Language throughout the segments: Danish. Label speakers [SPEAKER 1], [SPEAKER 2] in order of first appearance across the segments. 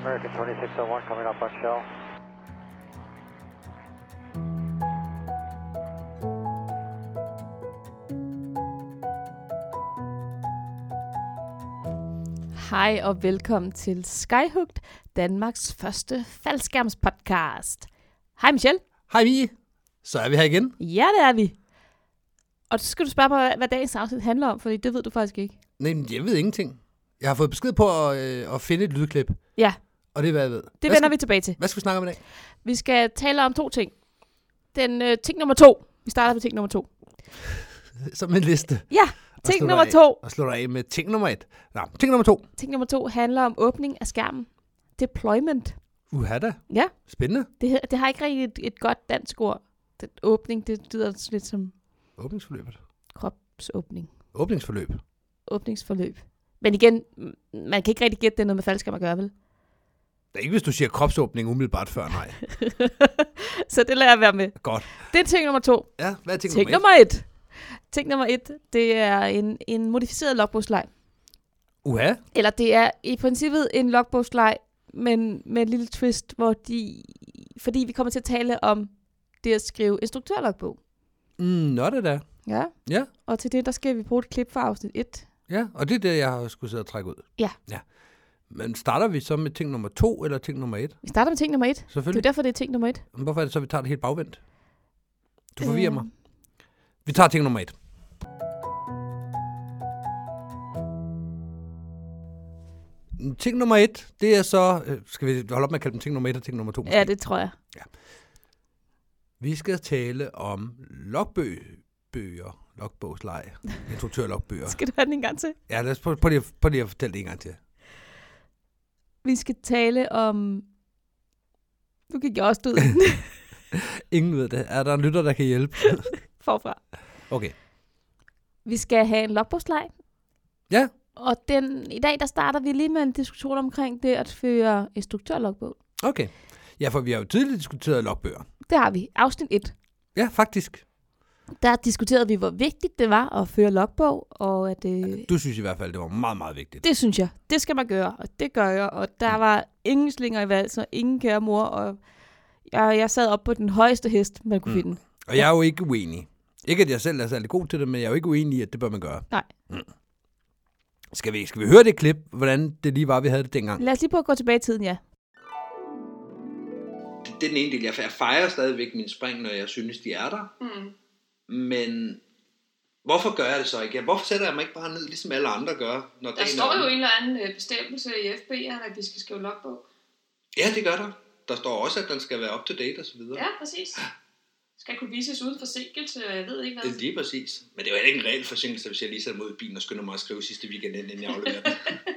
[SPEAKER 1] American 2601 coming up on shell.
[SPEAKER 2] Hej og velkommen til Skyhooked, Danmarks første faldskærmspodcast. Hej Michelle.
[SPEAKER 3] Hej Vi. Så er vi her igen.
[SPEAKER 2] Ja, det er vi. Og så skal du spørge mig, hvad dagens afsnit handler om, fordi det ved du faktisk ikke.
[SPEAKER 3] Nej, men jeg ved ingenting. Jeg har fået besked på at finde et lydklip.
[SPEAKER 2] Ja.
[SPEAKER 3] Og det er, hvad jeg ved.
[SPEAKER 2] Det vender vi tilbage til.
[SPEAKER 3] Hvad skal vi snakke om i dag?
[SPEAKER 2] Vi skal tale om to ting. Ting nummer 2. Vi starter med ting nummer 2.
[SPEAKER 3] Som en liste.
[SPEAKER 2] Ja, ting nummer 2.
[SPEAKER 3] Og slår dig af med ting nummer 1. Nå, ting nummer 2.
[SPEAKER 2] Ting nummer 2 handler om åbning af skærmen. Deployment.
[SPEAKER 3] Da.
[SPEAKER 2] Ja.
[SPEAKER 3] Spændende.
[SPEAKER 2] Det har ikke rigtig et godt dansk ord. Den åbning, det lyder lidt som
[SPEAKER 3] Åbningsforløbet.
[SPEAKER 2] kropsåbning.
[SPEAKER 3] Åbningsforløb.
[SPEAKER 2] Åbningsforløb. Men igen, man kan ikke rigtig gætte det noget med faldskærm at gøre, vel?
[SPEAKER 3] Det er ikke, hvis du siger kropsåbning umiddelbart før, nej.
[SPEAKER 2] Så det lader jeg være med.
[SPEAKER 3] Godt.
[SPEAKER 2] Det er ting nummer 2.
[SPEAKER 3] Ja, hvad er ting
[SPEAKER 2] Ting
[SPEAKER 3] nummer
[SPEAKER 2] nummer 1. Ting nummer 1, det er en modificeret logbogsleg. Eller det er i princippet en logbogsleg, men med en lille twist, fordi vi kommer til at tale om det at skrive instruktørlogbog.
[SPEAKER 3] Nå, det der.
[SPEAKER 2] Ja.
[SPEAKER 3] Ja.
[SPEAKER 2] Og til det, der skal vi bruge et klip fra afsnit 1.
[SPEAKER 3] Ja, og det er det, jeg har skulle sidde og trække ud.
[SPEAKER 2] Ja.
[SPEAKER 3] Men starter vi så med ting nummer 2 eller ting nummer 1?
[SPEAKER 2] Vi starter med ting nummer 1. Det er
[SPEAKER 3] Selvfølgelig.
[SPEAKER 2] derfor, det er ting nummer 1.
[SPEAKER 3] Men hvorfor er det så, vi tager det helt bagvendt? Du forvirrer mig. Vi tager ting nummer 1. Ting nummer 1, det er så... Skal vi holde op med at kalde dem ting nummer 1 og ting nummer 2? Måske?
[SPEAKER 2] Ja, det tror jeg.
[SPEAKER 3] Ja. Vi skal tale om logbogsleje, instruktørlogbøger.
[SPEAKER 2] Skal du have den en gang til?
[SPEAKER 3] Ja, lad os prøve lige at fortælle det en gang til.
[SPEAKER 2] Vi skal tale om... Nu gik jeg også død.
[SPEAKER 3] Ingen ved det. Er der en lytter, der kan hjælpe?
[SPEAKER 2] Forfra.
[SPEAKER 3] Okay.
[SPEAKER 2] Vi skal have en logbogsleg.
[SPEAKER 3] Ja.
[SPEAKER 2] Og i dag, der starter vi lige med en diskussion omkring det at føre instruktørlogbog.
[SPEAKER 3] Okay. Ja, for vi har jo tidligere diskuteret logbøger.
[SPEAKER 2] Det har vi. Afsnit 1.
[SPEAKER 3] Ja, faktisk.
[SPEAKER 2] Der diskuterede vi, hvor vigtigt det var at føre logbog. Og at,
[SPEAKER 3] Du synes i hvert fald, det var meget, meget vigtigt.
[SPEAKER 2] Det synes jeg. Det skal man gøre, og det gør jeg. Og der var ingen slinger i valg, så ingen kære mor. Og jeg sad op på den højeste hest, man kunne finde.
[SPEAKER 3] Og jeg er jo ikke uenig. Ikke, at jeg selv er særlig god til det, men jeg er jo ikke uenig i, at det bør man gøre.
[SPEAKER 2] Nej.
[SPEAKER 3] Skal vi høre det klip, hvordan det lige var, vi havde det dengang?
[SPEAKER 2] Lad os lige prøve at gå tilbage i tiden, ja.
[SPEAKER 3] Det er den ene del. Jeg fejrer stadigvæk min spring, når jeg synes, de er der. Men hvorfor gør jeg det så ikke? Hvorfor sætter jeg mig ikke bare ned, ligesom alle andre gør? Når
[SPEAKER 4] der står jo en eller anden bestemmelse i FB'erne, at vi skal skrive logbog.
[SPEAKER 3] Ja, det gør der. Der står også, at den skal være up to date og så videre.
[SPEAKER 4] Ja, præcis. Skal kunne vises uden forsinkelse, og jeg ved ikke hvad.
[SPEAKER 3] Det er lige præcis. Men det er jo ikke en reel forsinkelse, hvis jeg lige sætter mig ud i bilen og skynder mig at skrive sidste weekend, inden jeg afleverer den.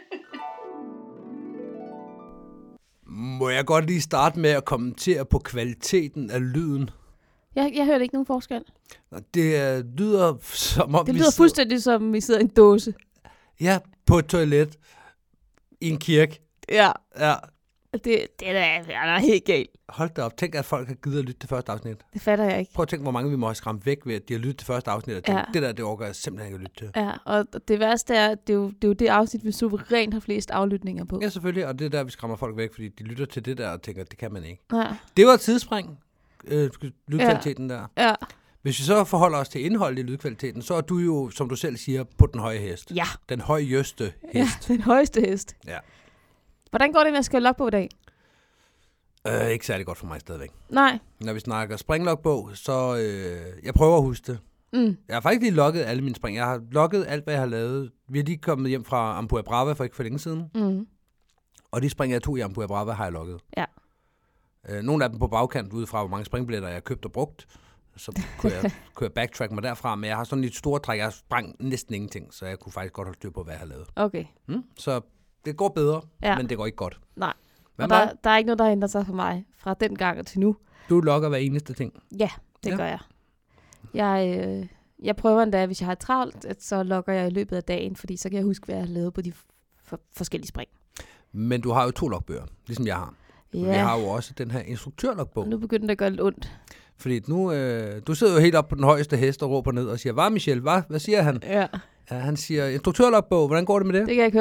[SPEAKER 3] Må jeg godt lige starte med at kommentere på kvaliteten af lyden?
[SPEAKER 2] Jeg hørte ikke nogen forskel.
[SPEAKER 3] Det lyder som om...
[SPEAKER 2] Det lyder fuldstændig som, vi sidder i en dåse.
[SPEAKER 3] Ja, på et toilet. I en kirke.
[SPEAKER 2] Ja.
[SPEAKER 3] Ja.
[SPEAKER 2] Det er helt galt.
[SPEAKER 3] Hold da op. Tænk, at folk har givet at lytte til første afsnit.
[SPEAKER 2] Det fatter jeg ikke.
[SPEAKER 3] Prøv at tænke, hvor mange vi må have skræmt væk ved, at de har lyttet til første afsnit. Og tænkt, det overgår jeg simpelthen ikke at lytte til.
[SPEAKER 2] Ja, og det værste er, at det er jo det afsnit, vi suverænt har flest aflytninger på.
[SPEAKER 3] Ja, selvfølgelig. Og det er der, vi skræmmer folk væk, fordi de lytter til det der og tænker, det kan man ikke.
[SPEAKER 2] Ja.
[SPEAKER 3] Det var et tidsspring. Lydkvaliteten der.
[SPEAKER 2] Ja.
[SPEAKER 3] Hvis vi så forholder os til indholdet i lydkvaliteten, så er du jo, som du selv siger, på den høje hest.
[SPEAKER 2] Ja.
[SPEAKER 3] Den højeste hest.
[SPEAKER 2] Ja, den højeste hest.
[SPEAKER 3] Ja.
[SPEAKER 2] Hvordan går det med at skrive logbog i dag?
[SPEAKER 3] Ikke særlig godt for mig stadigvæk.
[SPEAKER 2] Nej.
[SPEAKER 3] Når vi snakker springlogbog, så jeg prøver at huske det. Jeg har faktisk lige logget alle mine spring. Jeg har logget alt, hvad jeg har lavet. Vi er lige kommet hjem fra Ampua Brava for ikke for længe siden. Og de spring, jeg tog i Ampua Brava, har jeg logget.
[SPEAKER 2] Ja.
[SPEAKER 3] Nogle af dem på bagkant, ud fra hvor mange springbilletter jeg har købt og brugt. Så kunne jeg backtrack mig derfra. Men jeg har sådan et stort træk. Jeg sprang næsten ingenting, så jeg kunne faktisk godt holde styr på, hvad jeg har lavet.
[SPEAKER 2] Okay.
[SPEAKER 3] Så det går bedre, men det går ikke godt.
[SPEAKER 2] Nej. Og der er ikke noget, der ændrer sig for mig fra den gang og til nu.
[SPEAKER 3] Du logger hver eneste ting?
[SPEAKER 2] Ja, det gør jeg. Jeg prøver endda, hvis jeg har travlt, at så logger jeg i løbet af dagen, fordi så kan jeg huske, hvad jeg har lavet på de forskellige spring.
[SPEAKER 3] Men du har jo 2 logbøger, ligesom jeg har.
[SPEAKER 2] Ja.
[SPEAKER 3] Vi har jo også den her instruktørlogbog.
[SPEAKER 2] Nu begynder det at gøre lidt ondt.
[SPEAKER 3] Fordi nu, du sidder jo helt op på den højeste hest og råber ned og siger, hvad Michelle, hvad siger han?
[SPEAKER 2] Ja.
[SPEAKER 3] Han siger, instruktørlogbog, hvordan går det med det?
[SPEAKER 2] Det kan jeg ikke høre.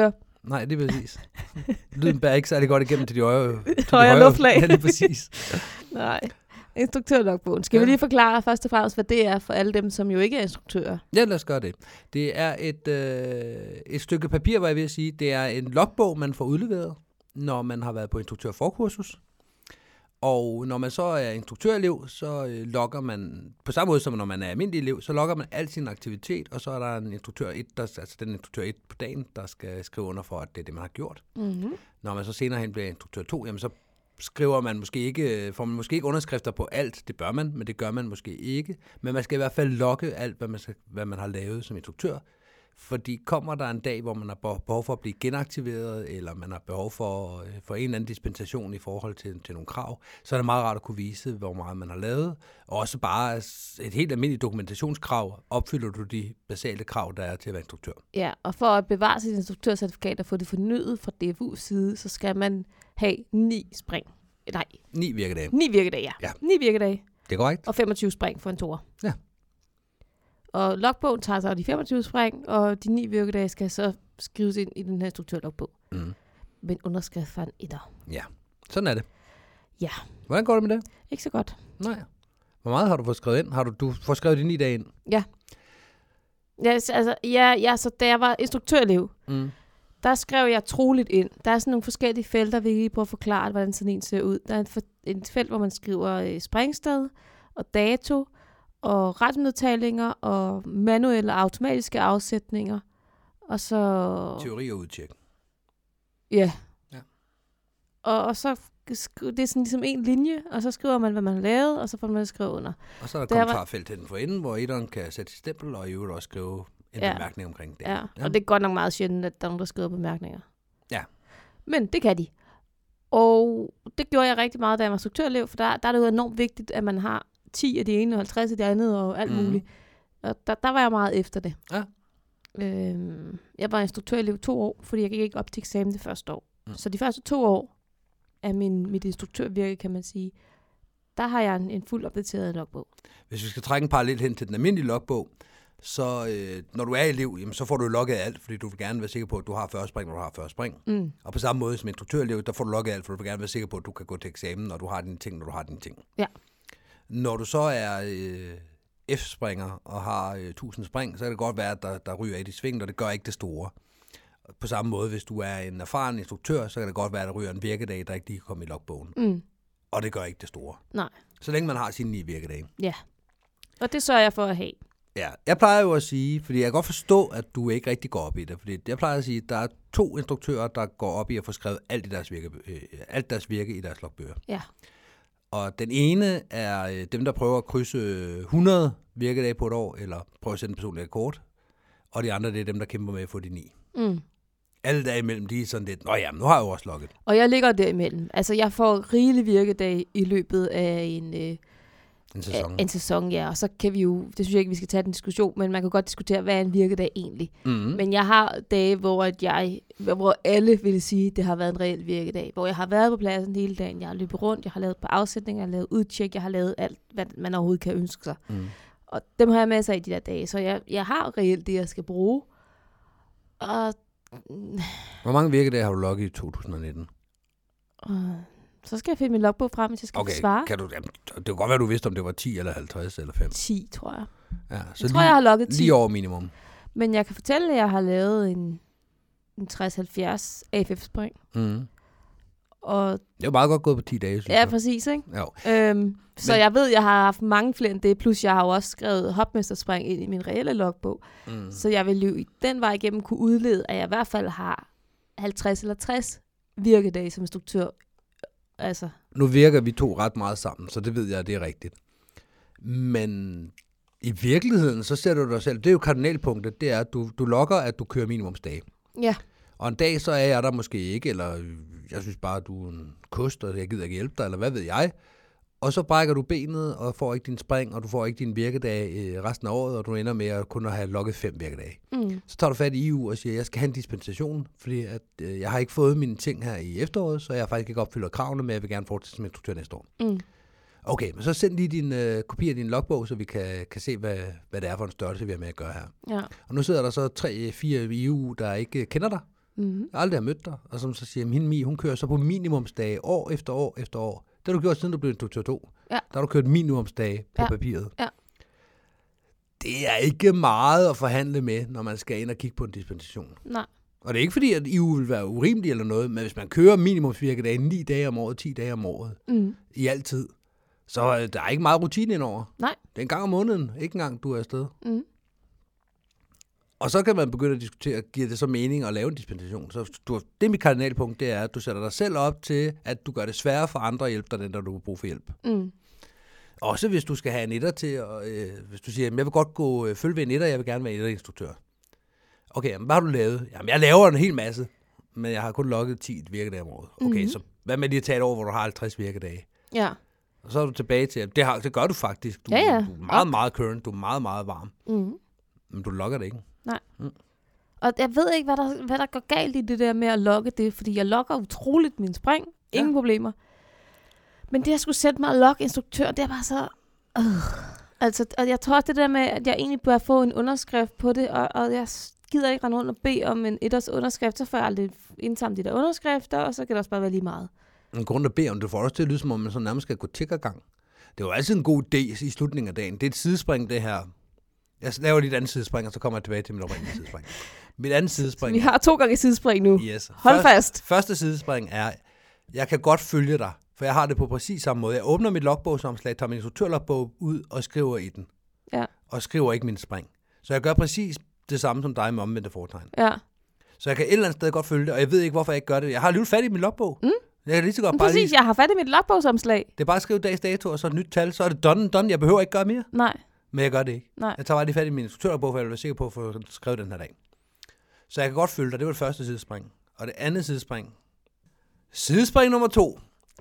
[SPEAKER 3] Nej, det er præcis. Lyden bærer ikke særlig godt igennem til de
[SPEAKER 2] højere luftlag.
[SPEAKER 3] Ja, det er præcis.
[SPEAKER 2] Nej. Instruktørlogbogen. Skal vi lige forklare først og fremmest, hvad det er for alle dem, som jo ikke er instruktører?
[SPEAKER 3] Ja, lad os gøre det. Det er et stykke papir, hvad jeg vil sige. Det er en logbog, man får udleveret, når man har været på instruktørforkursus. Og når man så er instruktørelev, så logger man, på samme måde som når man er almindelig elev, så logger man al sin aktivitet, og så er der en instruktør 1, altså den instruktør 1 på dagen, der skal skrive under for, at det er det, man har gjort. Mm-hmm. Når man så senere hen bliver instruktør 2, jamen så får man måske ikke underskrifter på alt. Det bør man, men det gør man måske ikke. Men man skal i hvert fald logge alt, hvad man har lavet som instruktør. Fordi kommer der en dag, hvor man har behov for at blive genaktiveret, eller man har behov for en eller anden dispensation i forhold til nogle krav, så er det meget rart at kunne vise, hvor meget man har lavet. Og også bare et helt almindeligt dokumentationskrav, opfylder du de basale krav, der er til at være instruktør.
[SPEAKER 2] Ja, og for at bevare sit instruktørcertifikat og få det fornyet fra DFU's side, så skal man have 9 spring. Nej.
[SPEAKER 3] 9 virkedage.
[SPEAKER 2] 9 virkedage, ja. 9 virkedage.
[SPEAKER 3] Det er korrekt.
[SPEAKER 2] Og 25 spring for en toer.
[SPEAKER 3] Ja.
[SPEAKER 2] Og logbogen tager sig af de 25 spring, og de 9 virkedage skal så skrives ind i den her instruktørlogbog. Mm. Men underskrift fra en etter.
[SPEAKER 3] Ja, sådan er det.
[SPEAKER 2] Ja.
[SPEAKER 3] Hvordan går det med det?
[SPEAKER 2] Ikke så godt.
[SPEAKER 3] Nej. Hvor meget har du fået skrevet ind? Har du fået skrevet de 9 dage ind?
[SPEAKER 2] Ja. Så da jeg var instruktørelev, der skrev jeg troligt ind. Der er sådan nogle forskellige felter, vi lige prøver at forklare, hvordan sådan en ser ud. Der er et felt, hvor man skriver springsted og dato, og retsmedtalinger, og manuelle og automatiske afsætninger, og så...
[SPEAKER 3] Teori og udtjek.
[SPEAKER 2] Ja. Og så det er sådan ligesom en linje, og så skriver man, hvad man har lavet, og så får man det skrevet under.
[SPEAKER 3] Og så er der kommentarfelt hen for enden, hvor etteren kan sætte sit stempel, og i øvrigt også skrive en bemærkning omkring det.
[SPEAKER 2] Ja, og det er godt nok meget sjældent, at der er nogen, der skriver bemærkninger.
[SPEAKER 3] Ja.
[SPEAKER 2] Men det kan de. Og det gjorde jeg rigtig meget, da jeg var instruktørelev, for der er det jo enormt vigtigt, at man har 10 af det ene, og 50 af det andet, og alt muligt. Og der var jeg meget efter det.
[SPEAKER 3] Ja.
[SPEAKER 2] Jeg var instruktørelev 2 år, fordi jeg gik ikke op til eksamen det første år. Så de første 2 år af mit instruktørvirke, kan man sige, der har jeg en fuldt opdateret logbog. Hvis
[SPEAKER 3] vi skal trække en parallel hen til den almindelige logbog, så når du er elev, jamen, så får du logget alt, fordi du vil gerne være sikker på, at du har 40 spring, når du har 40 spring. Mm. Og på samme måde som instruktørelev, der får du logget alt, for du vil gerne være sikker på, at du kan gå til eksamen, når du har dine ting, når du har dine ting.
[SPEAKER 2] Ja.
[SPEAKER 3] Når du så er F-springer og har 1000 spring, så kan det godt være, at der ryger et i svingen, og det gør ikke det store. På samme måde, hvis du er en erfaren instruktør, så kan det godt være, at der ryger en virkedag, der ikke lige kan komme i logbogen. Mm. Og det gør ikke det store.
[SPEAKER 2] Nej.
[SPEAKER 3] Så længe man har sine 9 virkedage.
[SPEAKER 2] Ja. Og det sørger jeg for at have.
[SPEAKER 3] Ja, jeg plejer jo at sige, fordi jeg kan godt forstå, at du ikke rigtig går op i det, fordi jeg plejer at sige, at der er 2 instruktører, der går op i at få skrevet alt deres virke i deres logbøger.
[SPEAKER 2] Ja.
[SPEAKER 3] Og den ene er dem, der prøver at krydse 100 virkedage på et år, eller prøver at sætte en personlig rekord. Og de andre, det er dem, der kæmper med at få de 9. Mm. Alle dage imellem, de er sådan lidt, nu har jeg jo også logget.
[SPEAKER 2] Og jeg ligger derimellem. Altså, jeg får rigelig virkedag i løbet af en sæson, ja. Og så kan vi jo, det synes jeg ikke, vi skal tage den diskussion, men man kan godt diskutere, hvad er en virkedag egentlig. Mm-hmm. Men jeg har dage, hvor alle vil sige, det har været en reel virkedag. Hvor jeg har været på pladsen hele dagen, jeg har løbet rundt, jeg har lavet på afsætninger, jeg har lavet udtjek, jeg har lavet alt, hvad man overhovedet kan ønske sig. Mm. Og dem har jeg masser af de der dage, så jeg har reelt det, jeg skal bruge. Og
[SPEAKER 3] hvor mange virkedage har du logget i 2019?
[SPEAKER 2] Så skal jeg finde min logbog frem, hvis jeg skal svare.
[SPEAKER 3] Det kan godt være, du vidste, om det var 10 eller 50 eller 5.
[SPEAKER 2] 10, tror jeg.
[SPEAKER 3] Ja, så
[SPEAKER 2] jeg tror, jeg har logget 10.
[SPEAKER 3] Lige over minimum.
[SPEAKER 2] Men jeg kan fortælle, at jeg har lavet en 60-70 AFF-spring. Mm. Og
[SPEAKER 3] det er jo meget godt gået på 10 dage, synes
[SPEAKER 2] jeg. Ja, præcis, ikke?
[SPEAKER 3] Jo.
[SPEAKER 2] Så jeg ved, jeg har haft mange flere end det, plus jeg har jo også skrevet hopmesterspring ind i min reelle logbog. Mm. Så jeg vil jo i den vej igennem kunne udlede, at jeg i hvert fald har 50 eller 60 virkedage som instruktør. Altså.
[SPEAKER 3] Nu virker vi 2 ret meget sammen, så det ved jeg, det er rigtigt. Men i virkeligheden, så ser du dig selv, det er jo kardinalpunktet, det er, at du logger, at du kører minimumsdage.
[SPEAKER 2] Ja.
[SPEAKER 3] Og en dag, så er jeg der måske ikke, eller jeg synes bare, at du er en kost, og jeg gider ikke hjælpe dig, eller hvad ved jeg. Og så brækker du benet, og får ikke din spring, og du får ikke din virkedag resten af året, og du ender med at kun have logget 5 virkedage. Mm. Så tager du fat i EU og siger, at jeg skal have en dispensation, fordi at, jeg har ikke fået mine ting her i efteråret, så jeg faktisk ikke opfylder kravene, men jeg vil gerne fortsætte som instruktør næste år. Mm. Okay, men så send lige din kopi af din logbog, så vi kan se, hvad det er for en størrelse, vi har med at gøre her. Ja. Og nu sidder der så 3-4 i EU, der ikke kender dig, Jeg aldrig har mødt dig. Og som så siger, hende hun kører så på minimumsdage, år efter år efter år. Det har du gjort, siden du blev instruktør 2. Ja. Der har du kørt minimumsdage på papiret. Ja. Det er ikke meget at forhandle med, når man skal ind og kigge på en dispensation. Nej. Og det er ikke fordi, at EU vil være urimelig eller noget, men hvis man kører minimumsvirkedage 9 dage om året, 10 dage om året, i altid, så der er ikke meget rutine indover. Nej. Det er en gang om måneden, ikke engang du er afsted. Og så kan man begynde at diskutere, giver det så mening at lave en dispensation? Så det mit kardinalpunkt, det er, at du sætter dig selv op til, at du gør det sværere for andre at hjælpe dig, når du har brug for hjælp. Også hvis du skal have en etter til, hvis du siger, jeg vil godt følge ved en etter, jeg vil gerne være etterinstruktør. Okay, hvad har du lavet? Jamen, jeg laver en hel masse, men jeg har kun logget 10 virkedage om året. Okay, så hvad med lige at tage et år, hvor du har 50 virkedage? Ja. Og så er du tilbage til, at det gør du faktisk. Du er meget, meget current, du er meget, meget varm. Men du logger det ikke.
[SPEAKER 2] Nej. Og jeg ved ikke, hvad der går galt i det der med at logge det, fordi jeg logger utroligt min spring. Ingen problemer. Men det, jeg skulle sætte mig og logge instruktør, det er bare så... Altså, og jeg tror også det der med, at jeg egentlig bør få en underskrift på det, og jeg gider ikke rende rundt og bede om en etters underskrift, så får jeg aldrig indsamlet de der underskrifter, og så kan det også bare være lige meget.
[SPEAKER 3] En grund at bede om, det får også til at lyde, som om man så nærmest skal gå tiggergang. Det er jo altid en god idé i slutningen af dagen. Det er et sidespring, det her. Jeg laver lige et andet sidespring, og så kommer jeg tilbage til mit oprindelige sidespring. Mit andet sidespring...
[SPEAKER 2] Vi har 2 gange sidespring nu.
[SPEAKER 3] Yes.
[SPEAKER 2] Hold fast.
[SPEAKER 3] Første sidespring er, jeg kan godt følge dig, for jeg har det på præcis samme måde. Jeg åbner mit logbogsomslag, tager min instruktørlogbog ud og skriver i den. Ja. Og skriver ikke min spring. Så jeg gør præcis det samme som dig med omvendte fortegn. Ja. Så jeg kan et eller andet sted godt følge det, og jeg ved ikke, hvorfor jeg ikke gør det. Jeg har alligevel fat i min logbog. Jeg kan lige så godt
[SPEAKER 2] præcis, jeg har fat i mit logbogsomslag.
[SPEAKER 3] Det er bare at skrive dags dato, og så et nyt tal, så er det done. Jeg behøver ikke gøre mere.
[SPEAKER 2] Nej.
[SPEAKER 3] Men jeg gør det ikke. Nej. Jeg tager bare lige fat i min instruktørlogbog, for jeg vil være sikker på at få skrevet den her dag. Så jeg kan godt følge dig. Det var det første sidespring. Og det andet sidespring. Sidespring nummer 2.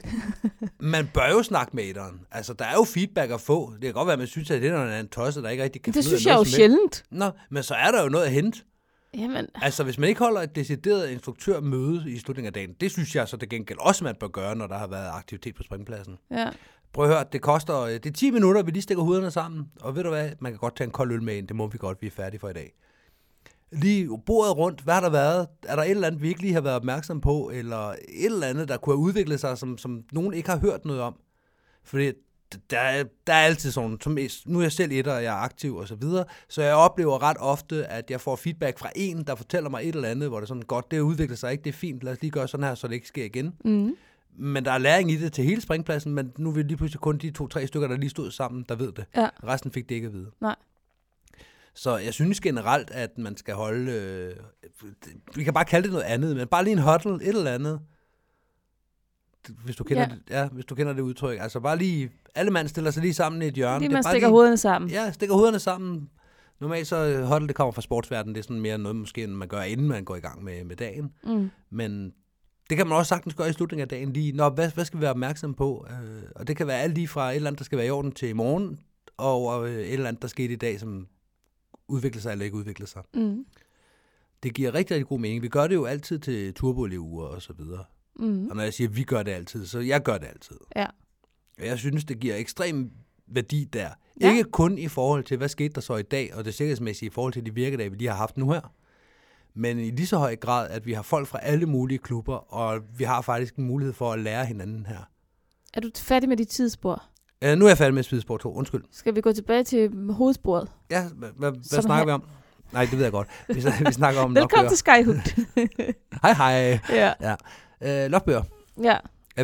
[SPEAKER 3] Man bør jo snakke med etteren. Altså, der er jo feedback at få. Det kan godt være, at man synes, at det er en tosse, der ikke rigtig kan
[SPEAKER 2] finde ud af noget. Det synes jeg jo sjældent.
[SPEAKER 3] Nå, men så er der jo noget at hente.
[SPEAKER 2] Jamen.
[SPEAKER 3] Altså, hvis man ikke holder et decideret instruktørmøde i slutningen af dagen, det synes jeg så det gengæld også, man bør gøre, når der har været aktivitet på springpladsen. Ja. Prøv at høre, det er 10 minutter, vi lige stikker hovederne sammen. Og ved du hvad, man kan godt tage en kold øl med ind. Det må vi godt, vi er færdige for i dag. Lige bordet rundt, hvad har der været? Er der et eller andet, vi ikke lige har været opmærksom på? Eller et eller andet, der kunne have udviklet sig, som nogen ikke har hørt noget om? Fordi der er altid sådan, nu er jeg selv etter, og jeg er aktiv og så videre, så jeg oplever ret ofte, at jeg får feedback fra en, der fortæller mig et eller andet, hvor det er sådan, godt, det udvikler sig ikke, det er fint, lad os lige gøre sådan her, så det ikke sker igen. Men der er læring i det til hele springpladsen, men nu er vi lige pludselig kun de 2-3 stykker, der lige stod sammen, der ved det. Ja. Resten fik det ikke at vide. Nej. Så jeg synes generelt, at man skal holde... vi kan bare kalde det noget andet, men bare lige en huddle, et eller andet. Hvis du kender, hvis du kender det udtryk. Altså bare lige... Alle mand stiller sig lige sammen i et hjørne.
[SPEAKER 2] Lige man stikker hovederne sammen.
[SPEAKER 3] Ja, stikker hovederne sammen. Normalt så huddle, det kommer fra sportsverdenen. Det er sådan mere noget, måske, end man gør, inden man går i gang med dagen. Men det kan man også sagtens gøre i slutningen af dagen. Lige, hvad skal vi være opmærksom på? Og det kan være alt lige fra et eller andet, der skal være i orden til i morgen, og et eller andet, der skete i dag, som udvikler sig eller ikke udvikler sig. Det giver rigtig, rigtig god mening. Vi gør det jo altid til turboeleveuger og så videre. Og når jeg siger, at vi gør det altid, så jeg gør det altid. Ja. Og jeg synes, det giver ekstrem værdi der. Ja. Ikke kun i forhold til, hvad skete der så i dag, og det sikkerhedsmæssige i forhold til de virkedage, vi lige har haft nu her. Men i lige så høj grad, at vi har folk fra alle mulige klubber, og vi har faktisk en mulighed for at lære hinanden her.
[SPEAKER 2] Er du færdig med dit tidsspor?
[SPEAKER 3] Nu er jeg færdig med tidsspor 2, undskyld.
[SPEAKER 2] Skal vi gå tilbage til hovedsporet?
[SPEAKER 3] Ja, hvad snakker vi om? Nej, det ved jeg godt. Vi snakker om
[SPEAKER 2] velkommen til Skyhook.
[SPEAKER 3] Hej. Ja. Logbøger. Ja.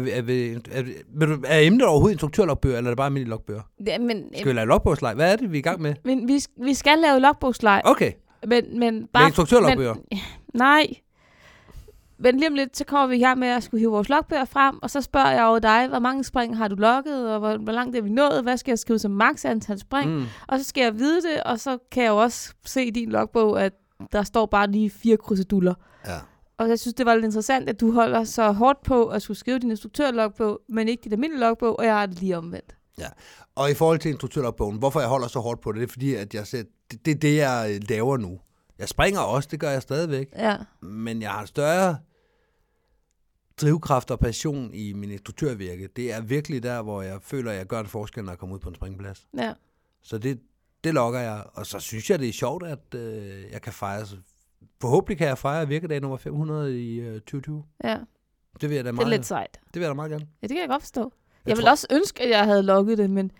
[SPEAKER 3] Er emnet overhovedet instruktørlogbøger, eller er det bare almindelige logbøger? Ja, skal vi lave logbogsleg? Hvad er det, vi er i gang med?
[SPEAKER 2] Men vi skal lave logbogsleg.
[SPEAKER 3] Okay.
[SPEAKER 2] Men bare...
[SPEAKER 3] Med instruktørlogbøger?
[SPEAKER 2] Nej. Men lige om lidt, så kommer vi her med at skulle hive vores logbøger frem, og så spørger jeg over dig, hvor mange spring har du logget, og hvor langt er vi nået, hvad skal jeg skrive som maks antal spring, og så skal jeg vide det, og så kan jeg jo også se i din logbog, at der står bare lige 4 kruseduller. Ja. Og jeg synes, det var lidt interessant, at du holder så hårdt på at skulle skrive din instruktørlogbog, men ikke din almindelige logbog, og jeg har det lige omvendt.
[SPEAKER 3] Ja, og i forhold til instruktørlogbogen, hvorfor jeg holder så hårdt på det, det er fordi, at jeg ser, det er det, jeg laver nu. Jeg springer også, det gør jeg stadigvæk, men jeg har større drivkraft og passion i min instruktørvirke. Det er virkelig der, hvor jeg føler, at jeg gør en forskel, når jeg kommer ud på en springplads. Ja. Så det logger jeg, og så synes jeg, det er sjovt, at jeg kan fejre forhåbentlig kan jeg fejre virkedag nummer 500 i 2020.
[SPEAKER 2] Ja.
[SPEAKER 3] Det vil jeg da
[SPEAKER 2] Det
[SPEAKER 3] meget.
[SPEAKER 2] er lidt sejt.
[SPEAKER 3] Det vil jeg da meget gerne.
[SPEAKER 2] Ja, det kan jeg godt forstå. Jeg vil også ønske, at jeg havde logget det, men...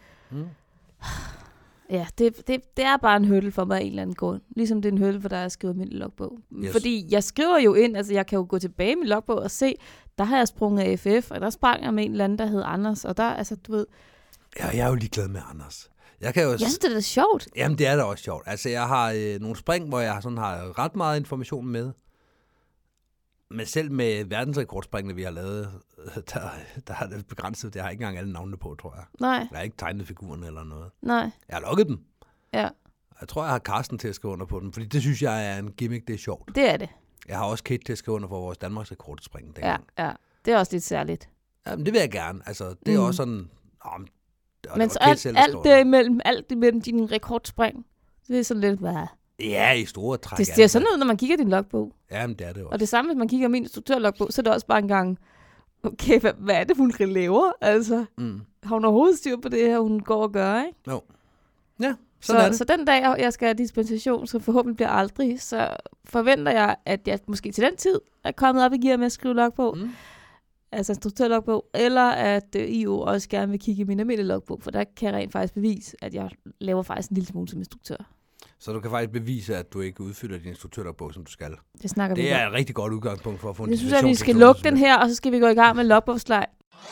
[SPEAKER 2] Ja, det er bare en hurdle for mig af en eller anden grund. Ligesom det er en hurdle for dig at skrive almindelig logbog. Yes. Fordi jeg skriver jo ind, altså jeg kan jo gå tilbage i min logbog og se, der har jeg sprunget af FF, og der sprang jeg med en eller anden, der hed Anders, og der, altså du ved...
[SPEAKER 3] Ja, jeg er jo ligeglad med Anders. Jeg
[SPEAKER 2] synes, det er da sjovt.
[SPEAKER 3] Jamen, det er da også sjovt. Altså, jeg har nogle spring, hvor jeg sådan har ret meget information med. Men selv med verdensrekordspringene, vi har lavet, der er det begrænset. Jeg har ikke engang alle navnene på, tror jeg.
[SPEAKER 2] Nej.
[SPEAKER 3] Jeg har ikke tegnet figurerne eller noget.
[SPEAKER 2] Nej.
[SPEAKER 3] Jeg har logget dem.
[SPEAKER 2] Ja.
[SPEAKER 3] Jeg tror, jeg har Carsten til at skrive under på dem, fordi det synes jeg er en gimmick, det er sjovt.
[SPEAKER 2] Det er det.
[SPEAKER 3] Jeg har også Kate til at skrive under for vores Danmarks rekordspring.
[SPEAKER 2] Ja. Det er også lidt særligt.
[SPEAKER 3] Jamen, det vil jeg gerne. Altså, det er også sådan...
[SPEAKER 2] Men så alt imellem din rekordspring, det er sådan lidt, hvad?
[SPEAKER 3] Ja, i store træk.
[SPEAKER 2] Det ser sådan ud, når man kigger i din logbog.
[SPEAKER 3] Jamen, det er det også.
[SPEAKER 2] Og det samme, hvis man kigger i min instruktørlogbog, så er det også bare en gang, okay, hvad er det, hun laver? Altså, har hun overhovedet styr på det her, hun går og gør, ikke?
[SPEAKER 3] Jo. Ja, sådan er det.
[SPEAKER 2] Så den dag, jeg skal have dispensation, så forhåbentlig bliver aldrig, så forventer jeg, at jeg måske til den tid er kommet op i gear med at skrive logbog. Altså instruktørlogbog, eller at IO også gerne vil kigge i min almindelige logbog, for der kan jeg rent faktisk bevise, at jeg laver faktisk en lille smule som instruktør.
[SPEAKER 3] Så du kan faktisk bevise, at du ikke udfylder din instruktørlogbog, som du skal.
[SPEAKER 2] Det
[SPEAKER 3] er et rigtig godt udgangspunkt for at få en
[SPEAKER 2] dispensation. Jeg synes, at vi skal lukke den her, og så skal vi gå i gang med logbogsleg.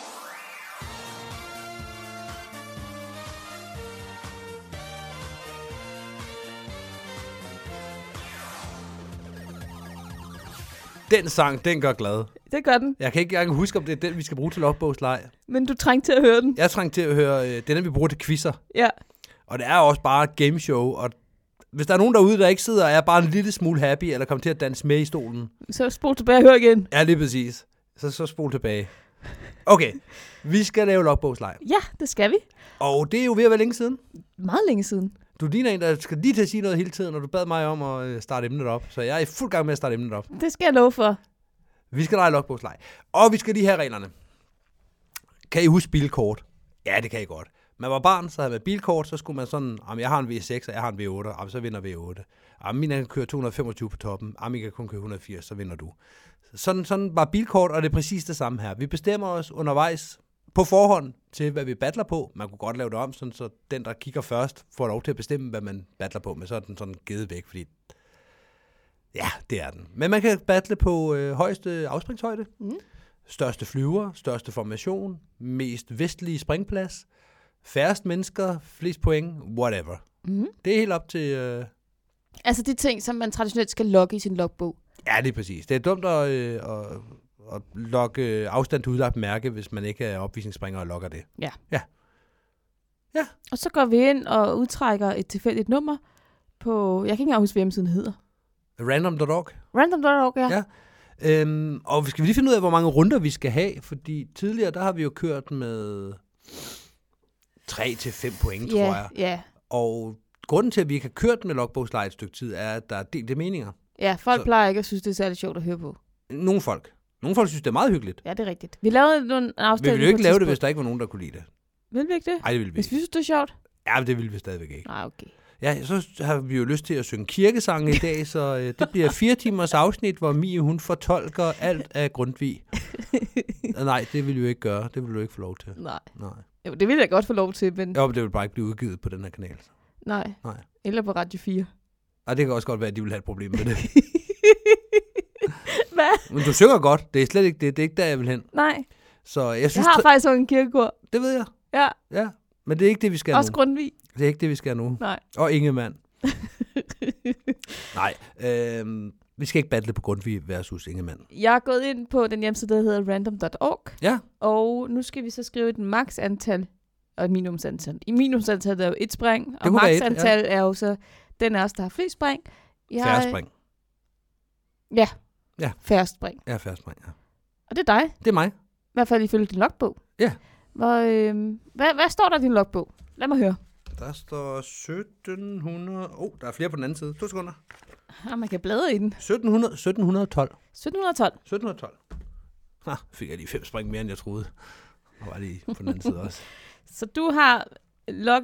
[SPEAKER 3] Den sang, den gør glad.
[SPEAKER 2] Det gør den.
[SPEAKER 3] Jeg kan ikke engang huske, om det er den, vi skal bruge til logbogsleg.
[SPEAKER 2] Men du trængte til at høre den.
[SPEAKER 3] Jeg trængte til at høre den, vi bruger til quizzer.
[SPEAKER 2] Ja.
[SPEAKER 3] Og det er også bare et gameshow, og hvis der er nogen derude, der ikke sidder og er bare en lille smule happy, eller kommer til at danse med i stolen.
[SPEAKER 2] Så spol tilbage og hør igen.
[SPEAKER 3] Ja, lige præcis. Så spol tilbage. Okay, vi skal lave logbogsleg.
[SPEAKER 2] Ja, det skal vi.
[SPEAKER 3] Og det er jo ved at være længe siden.
[SPEAKER 2] Meget længe siden.
[SPEAKER 3] Du ligner en, der skal lige til at sige noget hele tiden, når du bad mig om at starte emnet op. Så jeg er i fuld gang med at starte emnet op.
[SPEAKER 2] Det skal jeg love for.
[SPEAKER 3] Vi skal lege logbogsleg. Og vi skal lige have reglerne. Kan I huske bilkort? Ja, det kan I godt. Man var barn, så havde man bilkort, så skulle man sådan, jeg har en V6, og jeg har en V8, så vinder V8. Min kan køre 225 på toppen, min kan kun køre 180, så vinder du. Sådan var bilkort, og det er præcis det samme her. Vi bestemmer os undervejs på forhånd til, hvad vi battler på. Man kunne godt lave det om, sådan, så den, der kigger først, får lov til at bestemme, hvad man battler på, men så er den sådan givet væk, fordi ja, det er den. Men man kan battle på højeste afspringshøjde, største flyver, største formation, mest vestlige springplads, færrest mennesker, flest point, whatever. Det er helt op til...
[SPEAKER 2] Altså de ting, som man traditionelt skal logge i sin logbog.
[SPEAKER 3] Ja, det er præcis. Det er dumt at logge afstand til udlagt mærke, hvis man ikke er opvisningsspringer og logger det. Ja.
[SPEAKER 2] Og så går vi ind og udtrækker et tilfældigt nummer på... Jeg kan ikke engang huske, hvad hjemmesiden hedder.
[SPEAKER 3] Random.org.
[SPEAKER 2] Random.org, ja.
[SPEAKER 3] Og vi skal lige finde ud af, hvor mange runder vi skal have, fordi tidligere, der har vi jo kørt med 3-5 point, tror jeg.
[SPEAKER 2] Ja.
[SPEAKER 3] Og grunden til, at vi ikke har kørt med logbogsleg et stykke tid, er, at der er delte meninger.
[SPEAKER 2] Ja, folk plejer ikke at synes, det er særlig sjovt at høre på.
[SPEAKER 3] Nogle folk synes, det er meget hyggeligt.
[SPEAKER 2] Ja, det er rigtigt. Vi lavede nogle afstemninger.
[SPEAKER 3] Men vi ville jo ikke lave det, hvis der ikke var nogen, der kunne lide det.
[SPEAKER 2] Vil vi ikke det?
[SPEAKER 3] Nej, det ville vi
[SPEAKER 2] ikke. Hvis vi synes, det er sjovt?
[SPEAKER 3] Ja, men det ville vi stadigvæk ikke.
[SPEAKER 2] Nej, okay.
[SPEAKER 3] Ja, så har vi jo lyst til at synge kirkesange i dag, så det bliver 4 timers afsnit, hvor Mie, hun fortolker alt af Grundtvig. Nej, det vil vi jo ikke gøre. Det vil du ikke få lov til.
[SPEAKER 2] Nej. Jo, det vil jeg godt få lov til, men...
[SPEAKER 3] Jo, men det vil bare ikke blive udgivet på den her kanal.
[SPEAKER 2] Nej. Eller på Radio 4.
[SPEAKER 3] Og det kan også godt være, at de vil have et problem med det.
[SPEAKER 2] Hvad?
[SPEAKER 3] Men du synger godt. Det er slet ikke det. Det er ikke der, jeg vil hen.
[SPEAKER 2] Nej.
[SPEAKER 3] Så jeg synes...
[SPEAKER 2] Jeg har faktisk også en kirkegård.
[SPEAKER 3] Det ved jeg.
[SPEAKER 2] Ja.
[SPEAKER 3] Men det er ikke det, vi skal
[SPEAKER 2] også
[SPEAKER 3] nu.
[SPEAKER 2] Grundtvig.
[SPEAKER 3] Det er ikke det, vi skal nu.
[SPEAKER 2] Nej.
[SPEAKER 3] Og Ingemann. Nej. Vi skal ikke battle på Grundtvig versus Ingemann.
[SPEAKER 2] Jeg er gået ind på den hjemmeside, der hedder random.org.
[SPEAKER 3] Ja.
[SPEAKER 2] Og nu skal vi så skrive et max-antal og et minimumsantal. I minimumsantal er jo 1 spring, og max-antal er jo så den af os, der har flest spring.
[SPEAKER 3] Færre spring.
[SPEAKER 2] Ja. Færre spring.
[SPEAKER 3] Ja, færre spring, ja.
[SPEAKER 2] Og det er dig.
[SPEAKER 3] Det er mig.
[SPEAKER 2] I hvert fald ifølge din logbog.
[SPEAKER 3] Ja.
[SPEAKER 2] Hvad står der i din logbog? Lad mig høre.
[SPEAKER 3] Der står 1700... der er flere på den anden side. 2 sekunder.
[SPEAKER 2] Man kan bladre i den.
[SPEAKER 3] 1712.
[SPEAKER 2] 1712.
[SPEAKER 3] Fik jeg lige 5 spring mere, end jeg troede. Og var lige på den anden side også.
[SPEAKER 2] Så du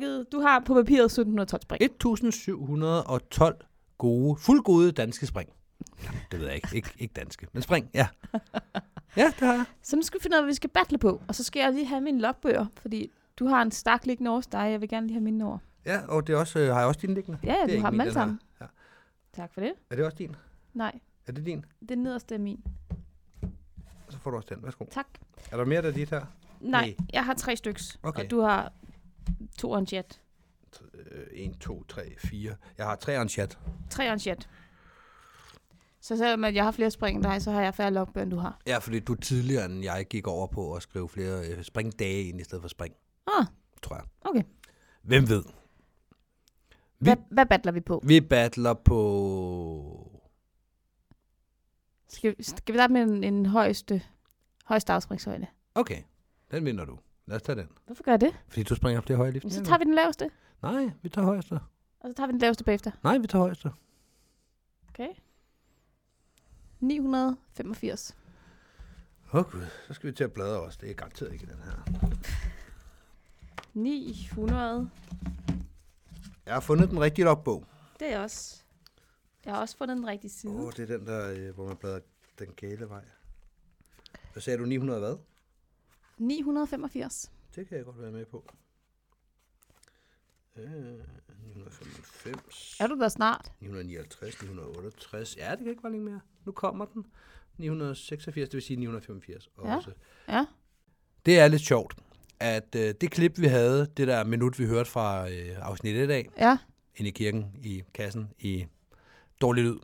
[SPEAKER 2] har på papiret 1712 spring.
[SPEAKER 3] 1712 fuldgode danske spring. Det ved jeg ikke. Ikke danske. Men spring, ja. Ja, det har jeg.
[SPEAKER 2] Så nu skal vi finde ud af, hvad vi skal battle på. Og så skal jeg lige have mine logbøger, fordi du har en stak liggende over dig. Jeg vil gerne lige have mine over.
[SPEAKER 3] Ja, og det er også, har jeg også din liggende?
[SPEAKER 2] Ja,
[SPEAKER 3] det
[SPEAKER 2] du har dem alle sammen.
[SPEAKER 3] Ja.
[SPEAKER 2] Tak for det.
[SPEAKER 3] Er det også din?
[SPEAKER 2] Nej.
[SPEAKER 3] Er det din?
[SPEAKER 2] Det nederste er min.
[SPEAKER 3] Så får du også den. Værsgo.
[SPEAKER 2] Tak.
[SPEAKER 3] Er der mere der dit her?
[SPEAKER 2] Nej, jeg har 3 styks.
[SPEAKER 3] Okay.
[SPEAKER 2] Og du har 2 og en chat.
[SPEAKER 3] 1, 2, 3, 4. Jeg har 3 og en chat.
[SPEAKER 2] 3 og en chat. Så selvom jeg har flere spring end dig, så har jeg færre logbøger, end du har.
[SPEAKER 3] Ja, fordi du tidligere end jeg gik over på at skrive flere springdage ind i stedet for spring. Tror jeg.
[SPEAKER 2] Okay.
[SPEAKER 3] Hvem ved?
[SPEAKER 2] Hvad battler vi på?
[SPEAKER 3] Vi battler på...
[SPEAKER 2] Skal vi starte med en højeste afspringshøjde?
[SPEAKER 3] Okay, den vinder du. Lad os tage den.
[SPEAKER 2] Hvorfor gør jeg det?
[SPEAKER 3] Fordi du springer op det høje lift.
[SPEAKER 2] Så tager vi den laveste.
[SPEAKER 3] Nej, vi tager højeste.
[SPEAKER 2] Og så tager vi den laveste bagefter.
[SPEAKER 3] Nej, vi tager højeste.
[SPEAKER 2] Okay. 985.
[SPEAKER 3] Gud, så skal vi til at bladre også. Det er garanteret ikke den her.
[SPEAKER 2] 900.
[SPEAKER 3] Jeg har fundet den rigtige logbog.
[SPEAKER 2] Det er jeg også. Jeg har også fundet den rigtige side.
[SPEAKER 3] Det er den der, hvor man bladrer den gale vej. Så sagde du 900 hvad?
[SPEAKER 2] 985.
[SPEAKER 3] Det kan jeg godt være med på. 995.
[SPEAKER 2] Er du der snart?
[SPEAKER 3] 959, 968. Ja, det kan ikke være længe mere. Nu kommer den. 986, det vil sige 985 også.
[SPEAKER 2] Ja.
[SPEAKER 3] Det er lidt sjovt, at det klip, vi havde, det der minut, vi hørte fra afsnit 1 af, inde i kirken, i kassen, i dårlig lyd,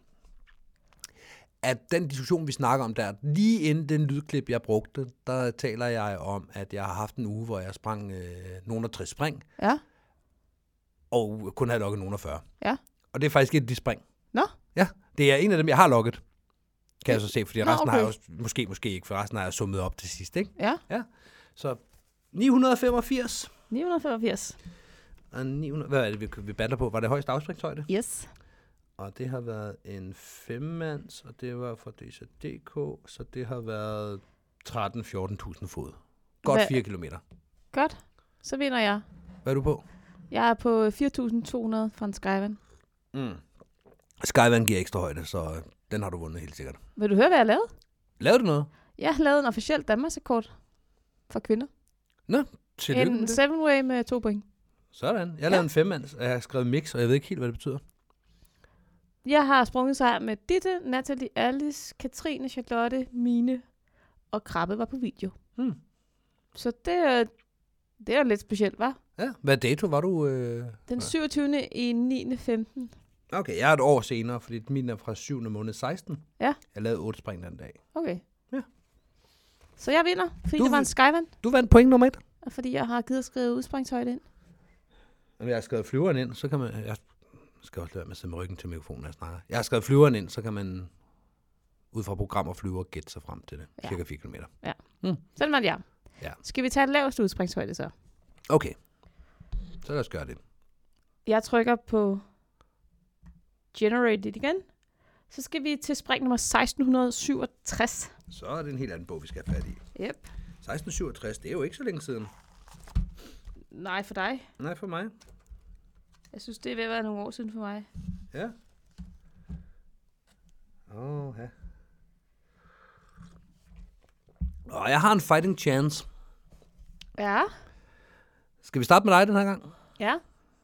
[SPEAKER 3] at den diskussion, vi snakker om der, lige inden den lydklip, jeg brugte, der taler jeg om, at jeg har haft en uge, hvor jeg sprang nogen af 60 spring, og kun havde logget nogen af 40.
[SPEAKER 2] Ja.
[SPEAKER 3] Og det er faktisk et af de spring.
[SPEAKER 2] Nå?
[SPEAKER 3] Ja, det er en af dem, jeg har logget. Kan jeg så se, fordi resten
[SPEAKER 2] okay.
[SPEAKER 3] har jeg også, måske ikke, for resten har jeg summet op til sidst, ikke?
[SPEAKER 2] Ja.
[SPEAKER 3] Så 985.
[SPEAKER 2] 985.
[SPEAKER 3] Og 900, hvad er det, vi batter på? Var det højeste afspringshøjde?
[SPEAKER 2] Yes.
[SPEAKER 3] Og det har været en 5-mands, og det var fra DSA.dk, så det har været 13-14.000 fod. Godt 4 kilometer.
[SPEAKER 2] Godt. Så vinder jeg.
[SPEAKER 3] Hvad er du på?
[SPEAKER 2] Jeg er på 4.200 fra en Skyvan.
[SPEAKER 3] Skyvan giver ekstra højde, så den har du vundet helt sikkert.
[SPEAKER 2] Vil du høre, hvad jeg lavede?
[SPEAKER 3] Lavede du noget?
[SPEAKER 2] Jeg har lavet en officiel Danmarksrekord for kvinder.
[SPEAKER 3] Nå, tillykke med
[SPEAKER 2] En
[SPEAKER 3] det.
[SPEAKER 2] 7-way med 2 point.
[SPEAKER 3] Sådan. Jeg lavede en 5-mands, og jeg har skrevet mix, og jeg ved ikke helt, hvad det betyder.
[SPEAKER 2] Jeg har sprunget sejr med Ditte, Natalie, Alice, Katrine, Charlotte, Mine og Krabbe var på video. Så det er lidt specielt, hva'?
[SPEAKER 3] Ja, hvad dato var du?
[SPEAKER 2] Den 27. i 9. 15.
[SPEAKER 3] Okay, jeg er et år senere, fordi min er fra 7. måned 16.
[SPEAKER 2] Ja.
[SPEAKER 3] Jeg lavede 8 spring den dag.
[SPEAKER 2] Okay.
[SPEAKER 3] Ja.
[SPEAKER 2] Så jeg vinder, fordi det var en Skyvan,
[SPEAKER 3] Du vandt point nummer 1.
[SPEAKER 2] og fordi jeg har givet at skrive udspringshøjde ind.
[SPEAKER 3] Når jeg har skrevet flyveren ind, så kan man... Jeg skal også lade med at sidde med ryggen til mikrofonen, når jeg snakker. Jeg har skrevet flyveren ind, så kan man ud fra program og flyver gætte sig frem til det.
[SPEAKER 2] Ja.
[SPEAKER 3] Cirka 4 kilometer.
[SPEAKER 2] Ja. Sådan var det,
[SPEAKER 3] Ja.
[SPEAKER 2] Skal vi tage den laveste udspringshøjde så?
[SPEAKER 3] Okay. Så lad os gøre det.
[SPEAKER 2] Jeg trykker på Generate it igen. Så skal vi til spring nummer 1667.
[SPEAKER 3] Så er det en helt anden bog, vi skal have fat i.
[SPEAKER 2] Yep.
[SPEAKER 3] 1667, det er jo ikke så længe siden.
[SPEAKER 2] Nej, for dig.
[SPEAKER 3] Nej, for mig.
[SPEAKER 2] Jeg synes, det er ved at være nogle år siden for mig.
[SPEAKER 3] Ja. Ja. Jeg har en fighting chance.
[SPEAKER 2] Ja.
[SPEAKER 3] Skal vi starte med dig den her gang?
[SPEAKER 2] Ja.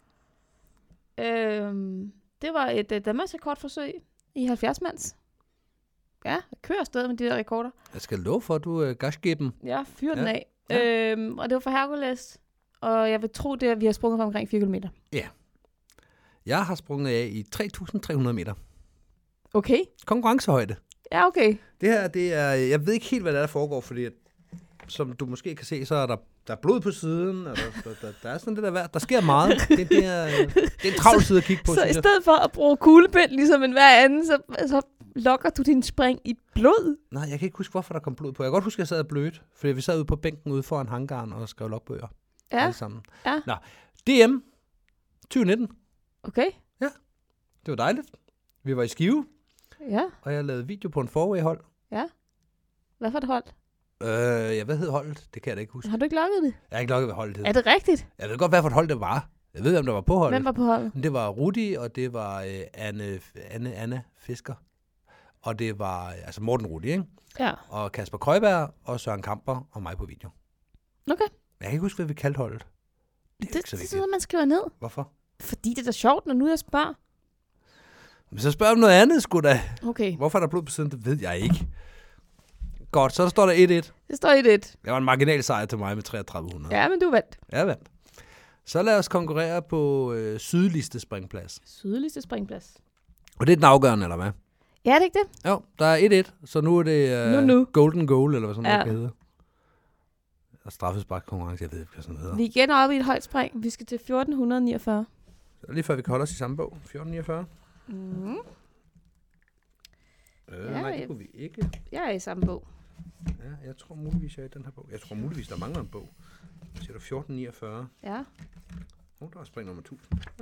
[SPEAKER 2] Det var et Danmarksrekordforsøg i 70-mands. Ja, jeg kører afsted med de der rekorder.
[SPEAKER 3] Jeg skal love for, at du gasgiver dem.
[SPEAKER 2] Ja, fyrer den af.
[SPEAKER 3] Ja.
[SPEAKER 2] Og det var for Hercules. Og jeg vil tro, det er, at vi har sprunget for omkring 4 km.
[SPEAKER 3] Ja. Jeg har sprunget af i 3.300 meter.
[SPEAKER 2] Okay.
[SPEAKER 3] Konkurrencehøjde.
[SPEAKER 2] Ja, okay.
[SPEAKER 3] Det her, det er... Jeg ved ikke helt, hvad der foregår, fordi at, som du måske kan se, så er der er blod på siden, og der er sådan det der. Der sker meget. Det er en travl side at kigge på.
[SPEAKER 2] Så i stedet for at bruge kuglepind, ligesom en hver anden, så lokker du din spring i blod?
[SPEAKER 3] Nej, jeg kan ikke huske, hvorfor der kom blod på. Jeg kan godt huske, at jeg sad og blødt, fordi vi sad ude på bænken ude foran hangaren og skrev logbøger.
[SPEAKER 2] Ja.
[SPEAKER 3] Alle sammen.
[SPEAKER 2] Ja.
[SPEAKER 3] Nå, DM 2019.
[SPEAKER 2] Okay.
[SPEAKER 3] Ja, det var dejligt. Vi var i Skive,
[SPEAKER 2] Ja.
[SPEAKER 3] og jeg lavede video på en forway-hold.
[SPEAKER 2] Ja. Hvad for et hold?
[SPEAKER 3] Hvad hed holdet? Det kan jeg da ikke huske.
[SPEAKER 2] Har du ikke lukket det?
[SPEAKER 3] Jeg har ikke lukket, hvad holdet hed.
[SPEAKER 2] Er det rigtigt?
[SPEAKER 3] Jeg ved godt, hvad for et hold det var. Jeg ved, hvem der var på holdet.
[SPEAKER 2] Hvem var på holdet?
[SPEAKER 3] Det var Rudi, og det var Anna Fisker. Og det var altså Morten Rudi, ikke?
[SPEAKER 2] Ja.
[SPEAKER 3] Og Kasper Krøjberg og Søren Kamper og mig på video.
[SPEAKER 2] Okay.
[SPEAKER 3] Jeg kan ikke huske, hvad vi kaldte holdet. Det er ikke så
[SPEAKER 2] Det
[SPEAKER 3] vigtigt.
[SPEAKER 2] sidder man skriver ned.
[SPEAKER 3] Hvorfor?
[SPEAKER 2] Fordi det er da sjovt, når nu jeg spørger.
[SPEAKER 3] Men så spørger du noget andet, sgu da.
[SPEAKER 2] Okay.
[SPEAKER 3] Hvorfor er der blod på siden? Det ved jeg ikke. Godt, så står der 1-1.
[SPEAKER 2] Det står 1-1.
[SPEAKER 3] Det var en marginal sejr til mig med 3300.
[SPEAKER 2] Ja, men du vandt.
[SPEAKER 3] Jeg vandt. Så lad os konkurrere på sydligste springplads.
[SPEAKER 2] Sydligste springplads.
[SPEAKER 3] Og det er den afgørende, eller hvad?
[SPEAKER 2] Ja, det er ikke det?
[SPEAKER 3] Jo, der er 1-1, så nu er det
[SPEAKER 2] Nu.
[SPEAKER 3] golden goal, eller hvad sådan noget
[SPEAKER 2] Ja.
[SPEAKER 3] kan hedde. Og straffesparkkonkurrence, jeg ved ikke, hvad sådan noget hedder.
[SPEAKER 2] Vi er igen oppe i et højt spring. Vi skal til 1449.
[SPEAKER 3] Så lige før vi kan holde os i samme bog. 1449.
[SPEAKER 2] Mm.
[SPEAKER 3] Nej, det kunne vi ikke.
[SPEAKER 2] Jeg er i samme bog.
[SPEAKER 3] Ja, jeg tror muligvis, jeg er i den her bog. Jeg tror muligvis, der mangler en bog. Så siger du 1449.
[SPEAKER 2] Ja.
[SPEAKER 3] Der er spring nummer 1000. Ja.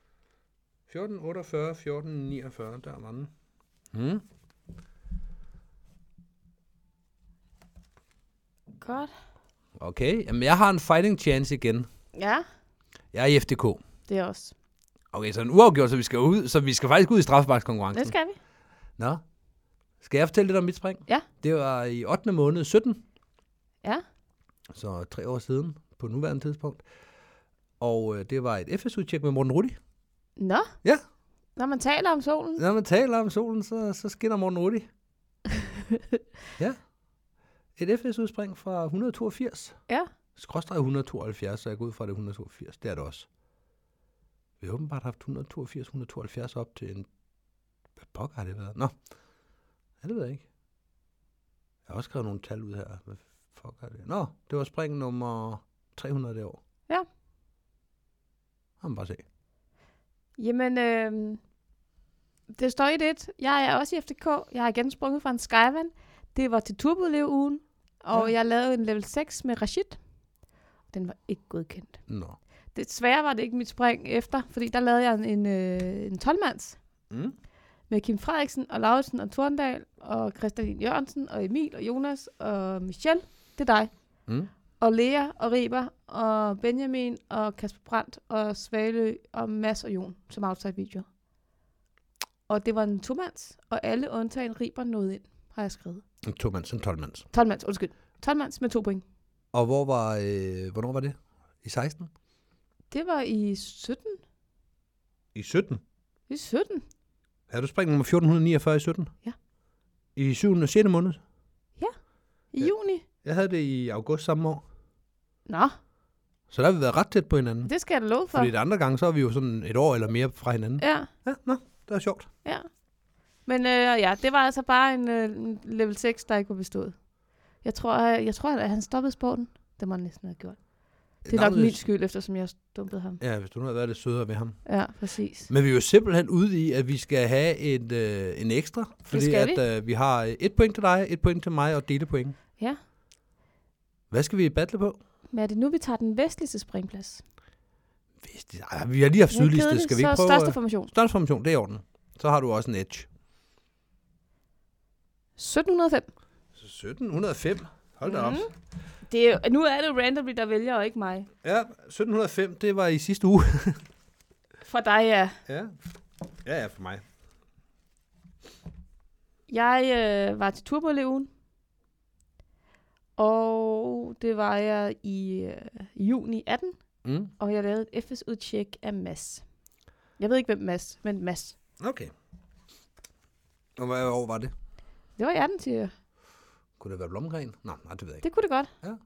[SPEAKER 3] 1448, 1449, der var den.
[SPEAKER 2] Godt.
[SPEAKER 3] Okay, jamen jeg har en fighting chance igen.
[SPEAKER 2] Ja,
[SPEAKER 3] Jeg er i FDK.
[SPEAKER 2] det er også.
[SPEAKER 3] Okay, så en uafgjort, så vi skal faktisk ud i straffesparkskonkurrencen.
[SPEAKER 2] Det skal vi.
[SPEAKER 3] Nå. Skal jeg fortælle lidt om mit spring?
[SPEAKER 2] Ja.
[SPEAKER 3] Det var i 8. måned 17.
[SPEAKER 2] Ja.
[SPEAKER 3] Så 3 år siden på nuværende tidspunkt. Og det var et FSU-tjek med Morten Rudi.
[SPEAKER 2] Nå.
[SPEAKER 3] Ja.
[SPEAKER 2] Når man taler om solen.
[SPEAKER 3] Når man taler om solen, så skinner Morten Rudi. Ja. Et FSU-spring fra 182.
[SPEAKER 2] Ja.
[SPEAKER 3] Skråstreg 172, så jeg går ud fra det 182. Det er det også. Vi har åbenbart haft 182 op til en... Hvad pokker har det været? Nå. Ja, det ved jeg ikke. Jeg har også skrevet nogle tal ud her. Hvad fuck er det? Nå, det var spring nummer 300 det år.
[SPEAKER 2] Ja.
[SPEAKER 3] Har man bare se.
[SPEAKER 2] Jamen, det står 1-1. Jeg er også i FDK. Jeg har igen sprunget fra en Skyvan. Det var til Turbolev-ugen. Og jeg lavede en level 6 med Rashid. Den var ikke godkendt.
[SPEAKER 3] Nå.
[SPEAKER 2] Desværre var det ikke mit spring efter, fordi der lavede jeg en 12-mands. Med Kim Frederiksen og Lauritsen og Torndal og Christian Jørgensen og Emil og Jonas og Michelle. Det er dig. Og Lea og Riber og Benjamin og Kasper Brandt og Svalø og Mads og Jon som outside video. Og det var en 2-mands, og alle undtagen Riber nåede ind, har jeg skrevet.
[SPEAKER 3] En 2-mands, en 12-mands.
[SPEAKER 2] 12-mands, undskyld. 12-mands med 2 point.
[SPEAKER 3] Og hvornår var det? I 16?
[SPEAKER 2] Det var i 17.
[SPEAKER 3] I 17?
[SPEAKER 2] I 17.
[SPEAKER 3] Havde du spring nummer 1449 i 17?
[SPEAKER 2] Ja.
[SPEAKER 3] I 7. og 6. måned?
[SPEAKER 2] Ja, i juni.
[SPEAKER 3] Jeg havde det i august samme år.
[SPEAKER 2] Nå,
[SPEAKER 3] Så der har vi været ret tæt på hinanden.
[SPEAKER 2] det skal jeg da love for.
[SPEAKER 3] Fordi de andre gange, så er vi jo sådan et år eller mere fra hinanden.
[SPEAKER 2] Ja,
[SPEAKER 3] Ja, nå, det er sjovt.
[SPEAKER 2] ja. Men ja, det var altså bare en level 6, der ikke var bestået. Jeg tror, at han stoppede sporten. Det må han næsten have gjort. Det er nok min skyld, eftersom jeg stumpede ham.
[SPEAKER 3] Ja, hvis du nu havde været lidt sødere ved ham.
[SPEAKER 2] Ja, præcis.
[SPEAKER 3] Men vi er jo simpelthen ude i, at vi skal have en ekstra. Fordi
[SPEAKER 2] skal
[SPEAKER 3] at vi har 1 point til dig, 1 point til mig og delepoint.
[SPEAKER 2] Ja.
[SPEAKER 3] Hvad skal vi battle på?
[SPEAKER 2] Men er det nu, vi tager den vestligste springplads?
[SPEAKER 3] Vi har lige haft sydligste. Skal vi ikke
[SPEAKER 2] så
[SPEAKER 3] prøve?
[SPEAKER 2] Største formation.
[SPEAKER 3] Største formation, det er i orden. Så har du også en edge.
[SPEAKER 2] 1705.
[SPEAKER 3] 1705. Hold da op.
[SPEAKER 2] Nu er det randomly, der vælger, og ikke mig.
[SPEAKER 3] Ja, 1705, det var i sidste uge.
[SPEAKER 2] For dig, ja.
[SPEAKER 3] Ja, for mig.
[SPEAKER 2] Jeg var til Turboleven. Og det var jeg i juni 18. Og jeg lavede et FS-udtjek af Mads. Jeg ved ikke, hvem Mads, men Mads.
[SPEAKER 3] Okay. Og hvad år var det?
[SPEAKER 2] Det var i 18, siger jeg.
[SPEAKER 3] Kunne det være Blomgren? Nej, det ved jeg ikke.
[SPEAKER 2] Det kunne det godt.
[SPEAKER 3] Ja.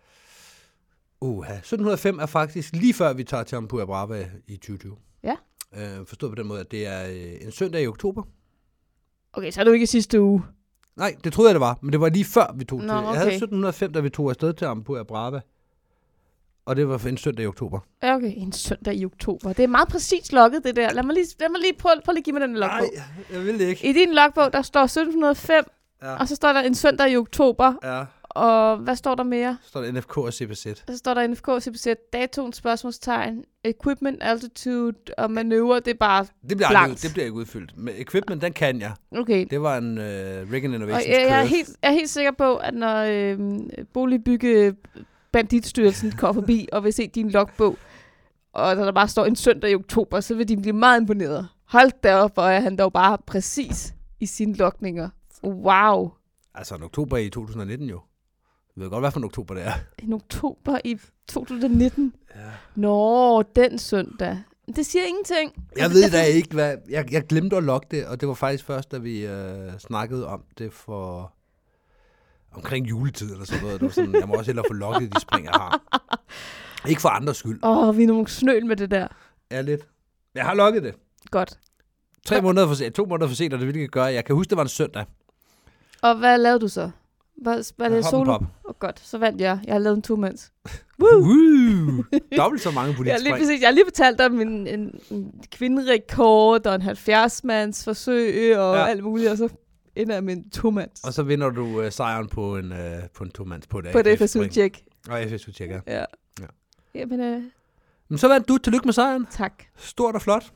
[SPEAKER 3] 1705 er faktisk lige før vi tager til Ampua Brava i 2020.
[SPEAKER 2] Ja.
[SPEAKER 3] Forstået på den måde, at det er en søndag i oktober.
[SPEAKER 2] Okay, så er det jo ikke i sidste uge.
[SPEAKER 3] Nej, det troede jeg, det var, men det var lige før vi tog til.
[SPEAKER 2] Okay.
[SPEAKER 3] Jeg havde 1705, da vi tog afsted til Ampua Brava. Og det var en søndag i oktober.
[SPEAKER 2] Ja, okay. En søndag i oktober. Det er meget præcis logget, det der. Lad mig lige prøve at give mig den logbog.
[SPEAKER 3] Nej, jeg vil det ikke.
[SPEAKER 2] I din logbog, der står 1705, og så står der en søndag i oktober.
[SPEAKER 3] Ja.
[SPEAKER 2] Og hvad står der mere?
[SPEAKER 3] Så står der NFK og CPZ.
[SPEAKER 2] Så står der NFK og CPZ, datoen, spørgsmålstegn, equipment, altitude og manøvre, det er bare blankt.
[SPEAKER 3] Det bliver ikke udfyldt. Men equipment, den kan jeg.
[SPEAKER 2] Okay.
[SPEAKER 3] Det var en Rig and Innovations
[SPEAKER 2] og jeg
[SPEAKER 3] curve.
[SPEAKER 2] er helt sikker på, at når Boligbygge Banditstyrelsen kommer forbi og vil se din logbog, og der bare står en søndag i oktober, så vil de blive meget imponeret. Hold da op, hvor er han dog bare præcis i sine logninger. Wow.
[SPEAKER 3] Altså en oktober i 2019 jo. Jeg ved godt, hvad for en oktober det er.
[SPEAKER 2] En oktober i 2019?
[SPEAKER 3] Ja.
[SPEAKER 2] Nå, den søndag. Det siger ingenting.
[SPEAKER 3] Jeg ved da ikke, hvad... Jeg glemte at logge det, og det var faktisk først, da vi snakkede om det for... omkring juletid eller sådan noget. Det var sådan, jeg må også hellere få logget de spring, jeg har. Ikke for andres skyld.
[SPEAKER 2] Vi er nogle snøl med det der.
[SPEAKER 3] Ja, lidt. Jeg har logget det.
[SPEAKER 2] Godt.
[SPEAKER 3] 2 måneder for sent, og det vil ikke gøre. Jeg kan huske, det var en søndag.
[SPEAKER 2] Og hvad lavede du så? Var det solo? Godt, så vandt jeg. Jeg har lavet en 2-mands.
[SPEAKER 3] Dobbelt så mange politiske spring.
[SPEAKER 2] Jeg har lige fortalt om en kvinderekord og en 70-mands forsøg og alt muligt, og så ender jeg med en 2-mands.
[SPEAKER 3] Og så vinder du sejren på en 2-mands på
[SPEAKER 2] et FSU-tjek.
[SPEAKER 3] Og FSU-tjek, ja.
[SPEAKER 2] Jamen,
[SPEAKER 3] Men så vandt du. Tillykke med sejren.
[SPEAKER 2] Tak.
[SPEAKER 3] Stort og flot.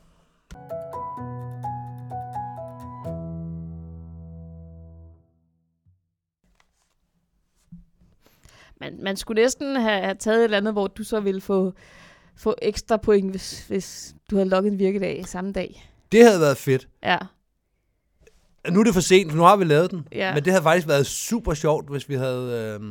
[SPEAKER 2] Man skulle næsten have taget et eller andet, hvor du så ville få ekstra point, hvis du havde logget en virkedag samme dag.
[SPEAKER 3] Det havde været fedt.
[SPEAKER 2] Ja.
[SPEAKER 3] Nu er det for sent, for nu har vi lavet den.
[SPEAKER 2] Ja.
[SPEAKER 3] Men det havde faktisk været super sjovt, hvis vi havde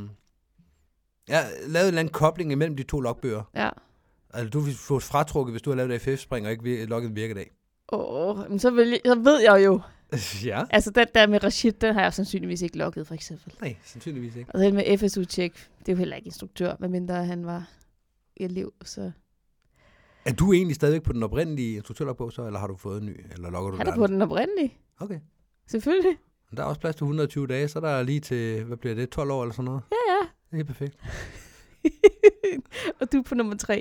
[SPEAKER 3] lavet en eller anden kobling imellem de 2 logbøger.
[SPEAKER 2] Ja.
[SPEAKER 3] Altså, du ville få fratrukket, hvis du havde lavet et FF-spring og ikke logget en virkedag.
[SPEAKER 2] Men så ved jeg jo.
[SPEAKER 3] Ja.
[SPEAKER 2] Altså, den der med Rashid, den har jeg sandsynligvis ikke logget, for eksempel.
[SPEAKER 3] Nej, sandsynligvis ikke.
[SPEAKER 2] Og den med FSU-tjek, det er jo heller ikke instruktør, medmindre han var elev, så...
[SPEAKER 3] Er du egentlig stadigvæk på den oprindelige instruktørlogbog så, eller har du fået en ny? Eller logger du
[SPEAKER 2] Han er på den oprindelige.
[SPEAKER 3] Okay.
[SPEAKER 2] Selvfølgelig.
[SPEAKER 3] Der er også plads til 120 dage, så der er lige til, hvad bliver det, 12 år eller sådan noget?
[SPEAKER 2] Ja.
[SPEAKER 3] Det er helt perfekt.
[SPEAKER 2] Og du er på nummer 3?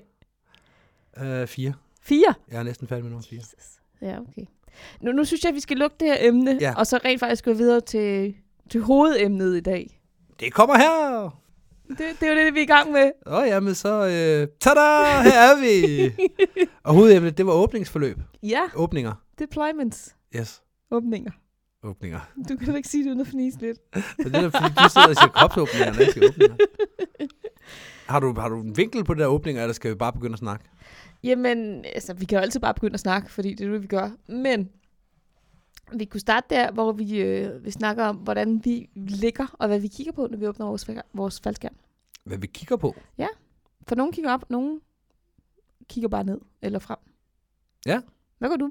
[SPEAKER 3] 4.
[SPEAKER 2] 4?
[SPEAKER 3] Jeg er næsten færdig med nummer 4.
[SPEAKER 2] Ja, okay. Nu synes jeg, at vi skal lukke det her emne, og så rent faktisk gå videre til hovedemnet i dag.
[SPEAKER 3] Det kommer her!
[SPEAKER 2] Det er jo det, vi er i gang med.
[SPEAKER 3] Jamen så, tada! Her er vi! Og hovedemnet, det var åbningsforløb.
[SPEAKER 2] Ja.
[SPEAKER 3] Åbninger.
[SPEAKER 2] Deployments.
[SPEAKER 3] Yes.
[SPEAKER 2] Åbninger. Du kan da ikke sige det uden at fnise lidt.
[SPEAKER 3] Så det er fordi, du sidder og siger kropsåbninger, når jeg siger åbninger. Har du en vinkel på det der åbninger, eller skal vi bare begynde at snakke?
[SPEAKER 2] Jamen, altså, vi kan jo altid bare begynde at snakke, fordi det er det, vi gør. Men vi kunne starte der, hvor vi snakker om, hvordan vi ligger, og hvad vi kigger på, når vi åbner vores faldskærm.
[SPEAKER 3] Hvad vi kigger på?
[SPEAKER 2] Ja, for nogen kigger op, nogen kigger bare ned eller frem.
[SPEAKER 3] Ja.
[SPEAKER 2] Hvad gør du?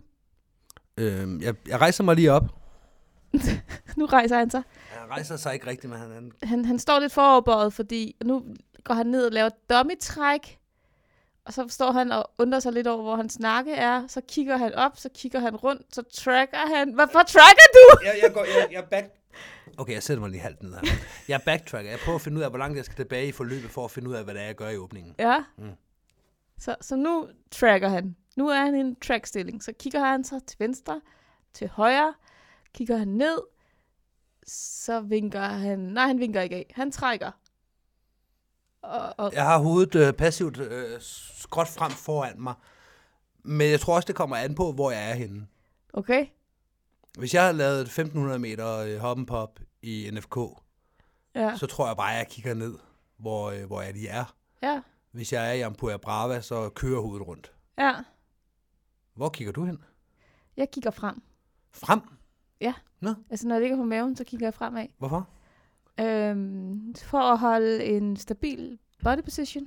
[SPEAKER 3] Jeg rejser mig lige op.
[SPEAKER 2] Nu rejser han sig.
[SPEAKER 3] Han rejser sig ikke rigtigt, men
[SPEAKER 2] han står lidt foroverbøjet, fordi nu går han ned og laver dummy-træk, og så står han og undrer sig lidt over, hvor hans nakke er. Så kigger han op, så kigger han rundt, så tracker han. Hvorfor tracker du?
[SPEAKER 3] Jeg back... Okay, jeg sætter mig lige halvt ned her. Jeg backtracker. Jeg prøver at finde ud af, hvor langt jeg skal tilbage i forløbet, for at finde ud af, hvad det er, jeg gør i åbningen.
[SPEAKER 2] Ja. Så nu tracker han. Nu er han i en trackstilling. Så kigger han så til venstre, til højre, kigger han ned, så vinker han... Nej, han vinker ikke af. Han trækker.
[SPEAKER 3] Jeg har hovedet passivt skråt frem foran mig. Men jeg tror også, det kommer an på, hvor jeg er henne.
[SPEAKER 2] Okay.
[SPEAKER 3] Hvis jeg har lavet 1500 meter hoppenpop i NFK, så tror jeg bare, at jeg kigger ned, hvor jeg lige er.
[SPEAKER 2] Ja.
[SPEAKER 3] Hvis jeg er i Ampuja Brava, så kører hovedet rundt.
[SPEAKER 2] Ja.
[SPEAKER 3] Hvor kigger du hen?
[SPEAKER 2] Jeg kigger frem.
[SPEAKER 3] Frem?
[SPEAKER 2] Ja.
[SPEAKER 3] Nå.
[SPEAKER 2] Altså, når jeg ligger på maven, så kigger jeg fremad.
[SPEAKER 3] Hvorfor?
[SPEAKER 2] For at holde en stabil body position.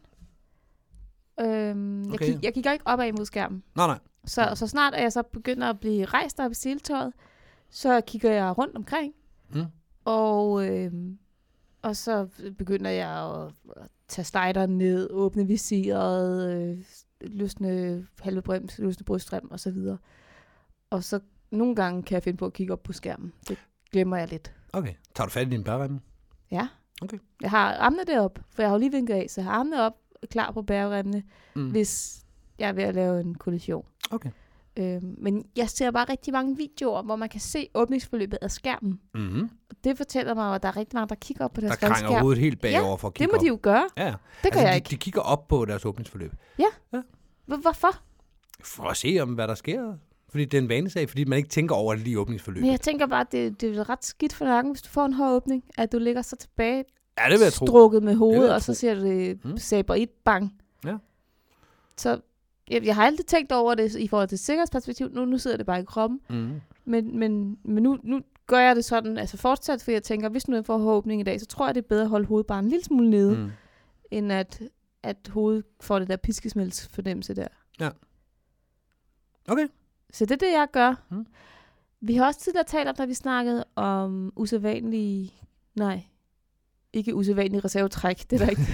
[SPEAKER 2] Okay. Jeg kigger ikke opad mod skærmen.
[SPEAKER 3] Nej.
[SPEAKER 2] Så snart at jeg så begynder at blive rejst op i seletøjet, så kigger jeg rundt omkring. Og så begynder jeg at tage slideren ned, åbne visiret, løsne halvebrems, løsne brystrem og så videre. Og så nogle gange kan jeg finde på at kigge op på skærmen. Det glemmer jeg lidt.
[SPEAKER 3] Okay. Tager du fat i din bærremme?
[SPEAKER 2] Ja.
[SPEAKER 3] Okay.
[SPEAKER 2] Jeg har armene deroppe, for jeg har jo lige vinket af, så jeg har armene op, klar på bæreremmene, hvis jeg er ved at lave en kollision.
[SPEAKER 3] Okay.
[SPEAKER 2] Men jeg ser bare rigtig mange videoer, hvor man kan se åbningsforløbet af skærmen.
[SPEAKER 3] Mm-hmm.
[SPEAKER 2] Det fortæller mig, at der er rigtig mange, der kigger op på deres skærm.
[SPEAKER 3] Der krænger hovedet helt bagover for at kigge
[SPEAKER 2] op. Det må de jo gøre.
[SPEAKER 3] Ja.
[SPEAKER 2] Det gør jeg ikke.
[SPEAKER 3] De kigger op på deres åbningsforløb.
[SPEAKER 2] Ja. Hvorfor?
[SPEAKER 3] For at se, om hvad der sker. Fordi det er en vanesag, fordi man ikke tænker over det lige åbningsforløb.
[SPEAKER 2] Men jeg tænker bare, at det er ret skidt for nakken, hvis du får en hård åbning, at du ligger så tilbage,
[SPEAKER 3] det vil jeg tro.
[SPEAKER 2] strukket med hovedet, og så ser du det saber i et bang.
[SPEAKER 3] Ja.
[SPEAKER 2] Så jeg har aldrig tænkt over det i forhold til sikkerhedsperspektiv. Nu sidder det bare i kroppen. Men nu gør jeg det sådan, altså fortsat, for jeg tænker, hvis nu jeg får håbning i dag, så tror jeg, det er bedre at holde hovedet bare en lille smule nede, end at hovedet får det der piskesmælds fornemmelse der.
[SPEAKER 3] Ja. Okay.
[SPEAKER 2] Så det er det, jeg gør. Vi har også tidligere talt om, da vi snakkede om ikke usædvanlige reservetræk, det er der ikke.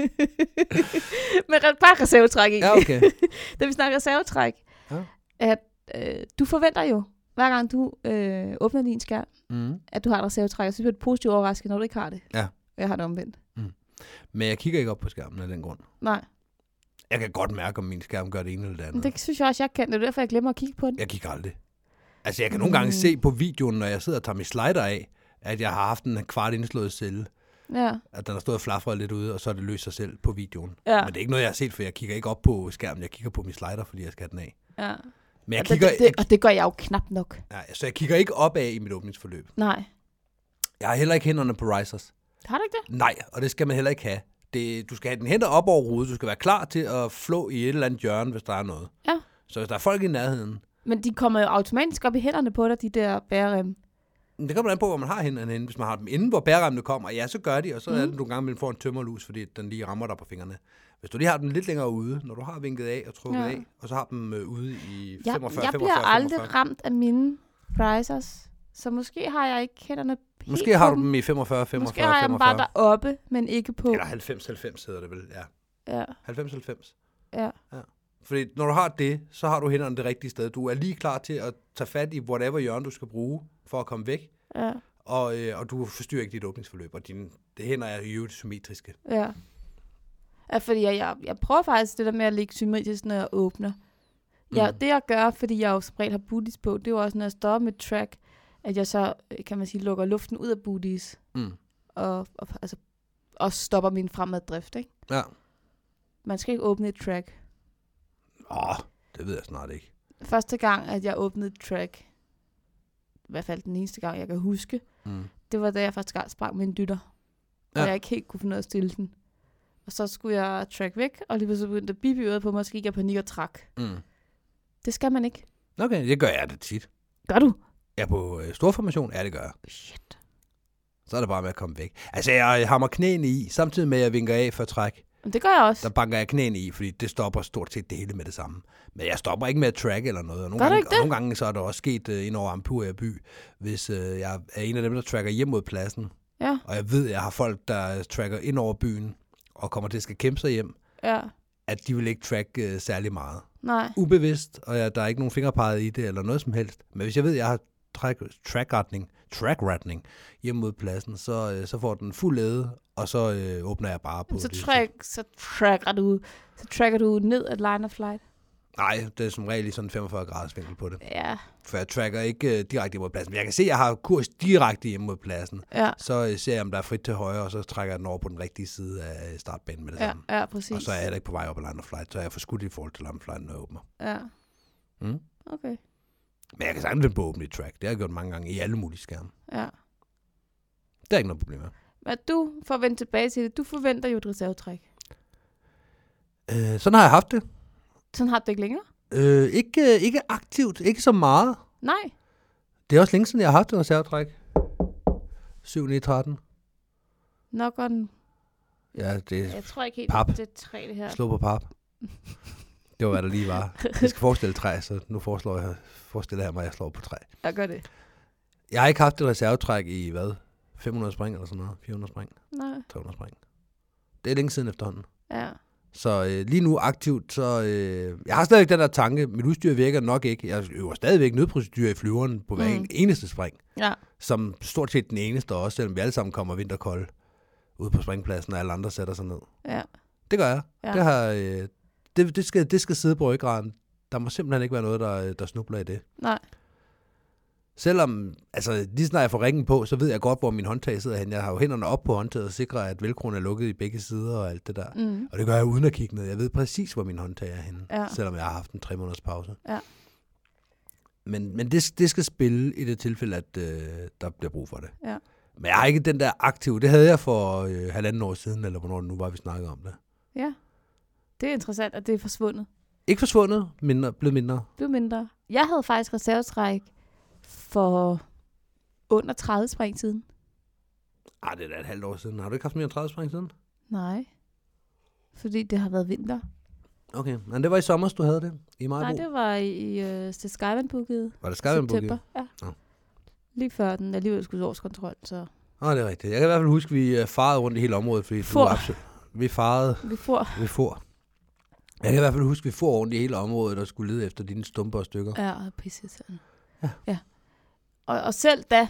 [SPEAKER 2] Men bare reservetræk egentlig.
[SPEAKER 3] Ja, okay.
[SPEAKER 2] Da vi snakker reservetræk, at du forventer jo, hver gang du åbner din skærm, at du har et reservetræk, og så bliver du positivt overrasket, når du ikke har det.
[SPEAKER 3] Ja.
[SPEAKER 2] Jeg har det omvendt.
[SPEAKER 3] Men jeg kigger ikke op på skærmen af den grund.
[SPEAKER 2] Nej.
[SPEAKER 3] Jeg kan godt mærke, om min skærm gør det ene eller det andet.
[SPEAKER 2] Det synes jeg også, jeg kan. Det er derfor, jeg glemmer at kigge på den.
[SPEAKER 3] Jeg kigger aldrig. Altså, jeg kan nogle gange se på videoen, når jeg sidder og tager min slider af, at jeg har haft en kvart indslået celle.
[SPEAKER 2] Ja.
[SPEAKER 3] At den har stået og flafret lidt ude, og så er det løst sig selv på videoen.
[SPEAKER 2] Ja.
[SPEAKER 3] Men det er ikke noget, jeg har set, for jeg kigger ikke op på skærmen. Jeg kigger på min slider, fordi jeg skal have den af.
[SPEAKER 2] Ja.
[SPEAKER 3] Men jeg kigger...
[SPEAKER 2] Og det gør jeg jo knap nok.
[SPEAKER 3] Ja, så jeg kigger ikke opad i mit åbningsforløb.
[SPEAKER 2] Nej.
[SPEAKER 3] Jeg har heller ikke hænderne på risers.
[SPEAKER 2] Har du ikke det?
[SPEAKER 3] Nej, og det skal man heller ikke have. Du skal have den hænder op over hovedet. Du skal være klar til at flå i et eller andet hjørne, hvis der er noget.
[SPEAKER 2] Ja.
[SPEAKER 3] Så hvis der er folk i nærheden...
[SPEAKER 2] Men de kommer jo automatisk op i hænderne på dig, de der bærerem.
[SPEAKER 3] Det kommer an på, hvor man har hænderne henne. Hvis man har dem inden, hvor bæreremmene kommer, ja, så gør de, og så er det nogle gange, man får en tømmerlus, fordi den lige rammer dig på fingrene. Hvis du lige har dem lidt længere ude, når du har vinket af og trukket af, og så har dem ude i 45,
[SPEAKER 2] jeg bliver aldrig ramt af mine risers, så måske har jeg ikke hænderne helt.
[SPEAKER 3] Måske har du dem i 45, 45,
[SPEAKER 2] måske har jeg
[SPEAKER 3] 45.
[SPEAKER 2] dem bare deroppe, men ikke på.
[SPEAKER 3] Eller 90 hedder det vel, ja. 90.
[SPEAKER 2] Ja.
[SPEAKER 3] Fordi når du har det, så har du hænderne det rigtige sted. Du er lige klar til at tage fat i whatever hjørne, du skal bruge for at komme væk.
[SPEAKER 2] Ja.
[SPEAKER 3] Og du forstyrrer ikke dit åbningsforløb, og dine hænder er jo symmetriske.
[SPEAKER 2] Ja. Ja, fordi jeg prøver faktisk det der med at ligge symmetrisk, når jeg åbner. Ja, det jeg gør, fordi jeg jo som regel har booties på, det er jo også, når jeg står med track, at jeg så, kan man sige, lukker luften ud af booties. Og altså også stopper min fremaddrift, ikke?
[SPEAKER 3] Ja.
[SPEAKER 2] Man skal ikke åbne et track.
[SPEAKER 3] Det ved jeg snart ikke.
[SPEAKER 2] Første gang, at jeg åbnede et track, i hvert fald den eneste gang, jeg kan huske, det var da jeg første gang sprang med en dytter. Og jeg ikke helt kunne finde ud af at stille den. Og så skulle jeg track væk, og lige pludselig begyndte at bippe i øret på mig, og så gik jeg panik og trak. Det skal man ikke.
[SPEAKER 3] Okay, det gør jeg det tit.
[SPEAKER 2] Gør du?
[SPEAKER 3] Ja, på storformation, ja, det gør jeg.
[SPEAKER 2] Shit.
[SPEAKER 3] Så er det bare med at komme væk. Altså, jeg hammer knæene i, samtidig med, at jeg vinker af for træk.
[SPEAKER 2] Men det gør jeg også.
[SPEAKER 3] Der banker jeg knæene i, fordi det stopper stort set det hele med det samme. Men jeg stopper ikke med at tracke eller noget. Og nogle gange så er der også sket ind over Ampuria by, hvis jeg er en af dem, der tracker hjem mod pladsen.
[SPEAKER 2] Ja.
[SPEAKER 3] Og jeg ved, at jeg har folk, der tracker ind over byen, og kommer til at skal kæmpe sig hjem.
[SPEAKER 2] Ja.
[SPEAKER 3] At de vil ikke tracke særlig meget.
[SPEAKER 2] Nej.
[SPEAKER 3] Ubevidst, og der er ikke nogen fingerpeget i det, eller noget som helst. Men hvis jeg ved, at jeg har track-retning hjem mod pladsen, så får den fuld æde, og så åbner jeg bare på
[SPEAKER 2] så tracker du ned at line of flight?
[SPEAKER 3] Nej, det er som regel i sådan 45 graders vinkel på det.
[SPEAKER 2] Ja.
[SPEAKER 3] For jeg tracker ikke direkte hjem mod pladsen. Men jeg kan se, at jeg har kurs direkte hjem mod pladsen.
[SPEAKER 2] Ja.
[SPEAKER 3] Så ser jeg, om der er frit til højre, og så trækker jeg den over på den rigtige side af startbanen med det samme.
[SPEAKER 2] Ja, præcis.
[SPEAKER 3] Og så er jeg heller ikke på vej op ad line of flight, så er jeg forskudt i forhold til line of flight, når jeg åbner.
[SPEAKER 2] Ja. Okay.
[SPEAKER 3] Men jeg kan sagtens vinde på at åbne et track. Det har jeg gjort mange gange i alle mulige skærme.
[SPEAKER 2] Ja.
[SPEAKER 3] Det er ikke noget problem med.
[SPEAKER 2] Men du, for at vende tilbage til det, du forventer jo et reservetræk.
[SPEAKER 3] Sådan har jeg haft det.
[SPEAKER 2] Sådan har du det ikke længere?
[SPEAKER 3] Ikke aktivt. Ikke så meget.
[SPEAKER 2] Nej.
[SPEAKER 3] Det er også længe siden, jeg har haft et reservetræk. 7-9-13.
[SPEAKER 2] Nok on.
[SPEAKER 3] Ja, det er
[SPEAKER 2] jeg tror ikke helt,
[SPEAKER 3] pap.
[SPEAKER 2] det er 3 det her.
[SPEAKER 3] Slå på pap. Det var, hvad der lige var. Jeg skal forestille træ, så nu forestiller jeg mig, at jeg slår på træ.
[SPEAKER 2] Jeg gør det.
[SPEAKER 3] Jeg har ikke haft et reservetræk i, 500 spring eller sådan noget? 400 spring?
[SPEAKER 2] Nej.
[SPEAKER 3] 300 spring. Det er længe siden efterhånden.
[SPEAKER 2] Ja.
[SPEAKER 3] Så lige nu aktivt, så... jeg har stadigvæk den der tanke, mit udstyr virker nok ikke. Jeg øver stadigvæk nødprocedurer i flyveren på hver eneste spring. Ja. Som stort set den eneste også, selvom vi alle sammen kommer vinterkolde ude på springpladsen, og alle andre sætter sig ned. Ja. Det gør jeg. Ja. Det har... Det skal sidde på ryggraden. Der må simpelthen ikke være noget, der snubler i det. Nej. Selvom, altså lige snart jeg får ringen på, så ved jeg godt, hvor min håndtag sidder hen. Jeg har jo hænderne op på håndtaget og sikrer, at velcroen er lukket i begge sider og alt det der. Og det gør jeg uden at kigge ned. Jeg ved præcis, hvor min håndtag er henne, selvom jeg har haft en 3 måneders pause. Ja. Men det skal spille i det tilfælde, at der bliver brug for det. Ja. Men jeg har ikke den der aktive. Det havde jeg for 1,5 år siden, eller hvornår det nu var, vi snakkede om det. Ja.
[SPEAKER 2] Det er interessant, at det er forsvundet.
[SPEAKER 3] Ikke forsvundet, blevet mindre.
[SPEAKER 2] Blevet mindre. Jeg havde faktisk reservetræk for under 30 spring siden.
[SPEAKER 3] Det er da et halvt år siden. Har du ikke haft mere end 30 spring siden?
[SPEAKER 2] Nej. Fordi det har været vinter.
[SPEAKER 3] Okay, men det var i sommer, du havde det? I Majbo?
[SPEAKER 2] Nej, det var i Skyvandbooket.
[SPEAKER 3] Var det Skyvandbooket?
[SPEAKER 2] Ja.
[SPEAKER 3] Nå.
[SPEAKER 2] Lige før den alligevel skulle årskontrol, så...
[SPEAKER 3] Det er rigtigt. Jeg kan i hvert fald huske, at vi farede rundt i hele området, fordi vi for. Jeg kan i hvert fald huske, at vi for rundt i hele området og skulle lede efter dine stumper og stykker.
[SPEAKER 2] Ja, pisse. Ja. Og selv da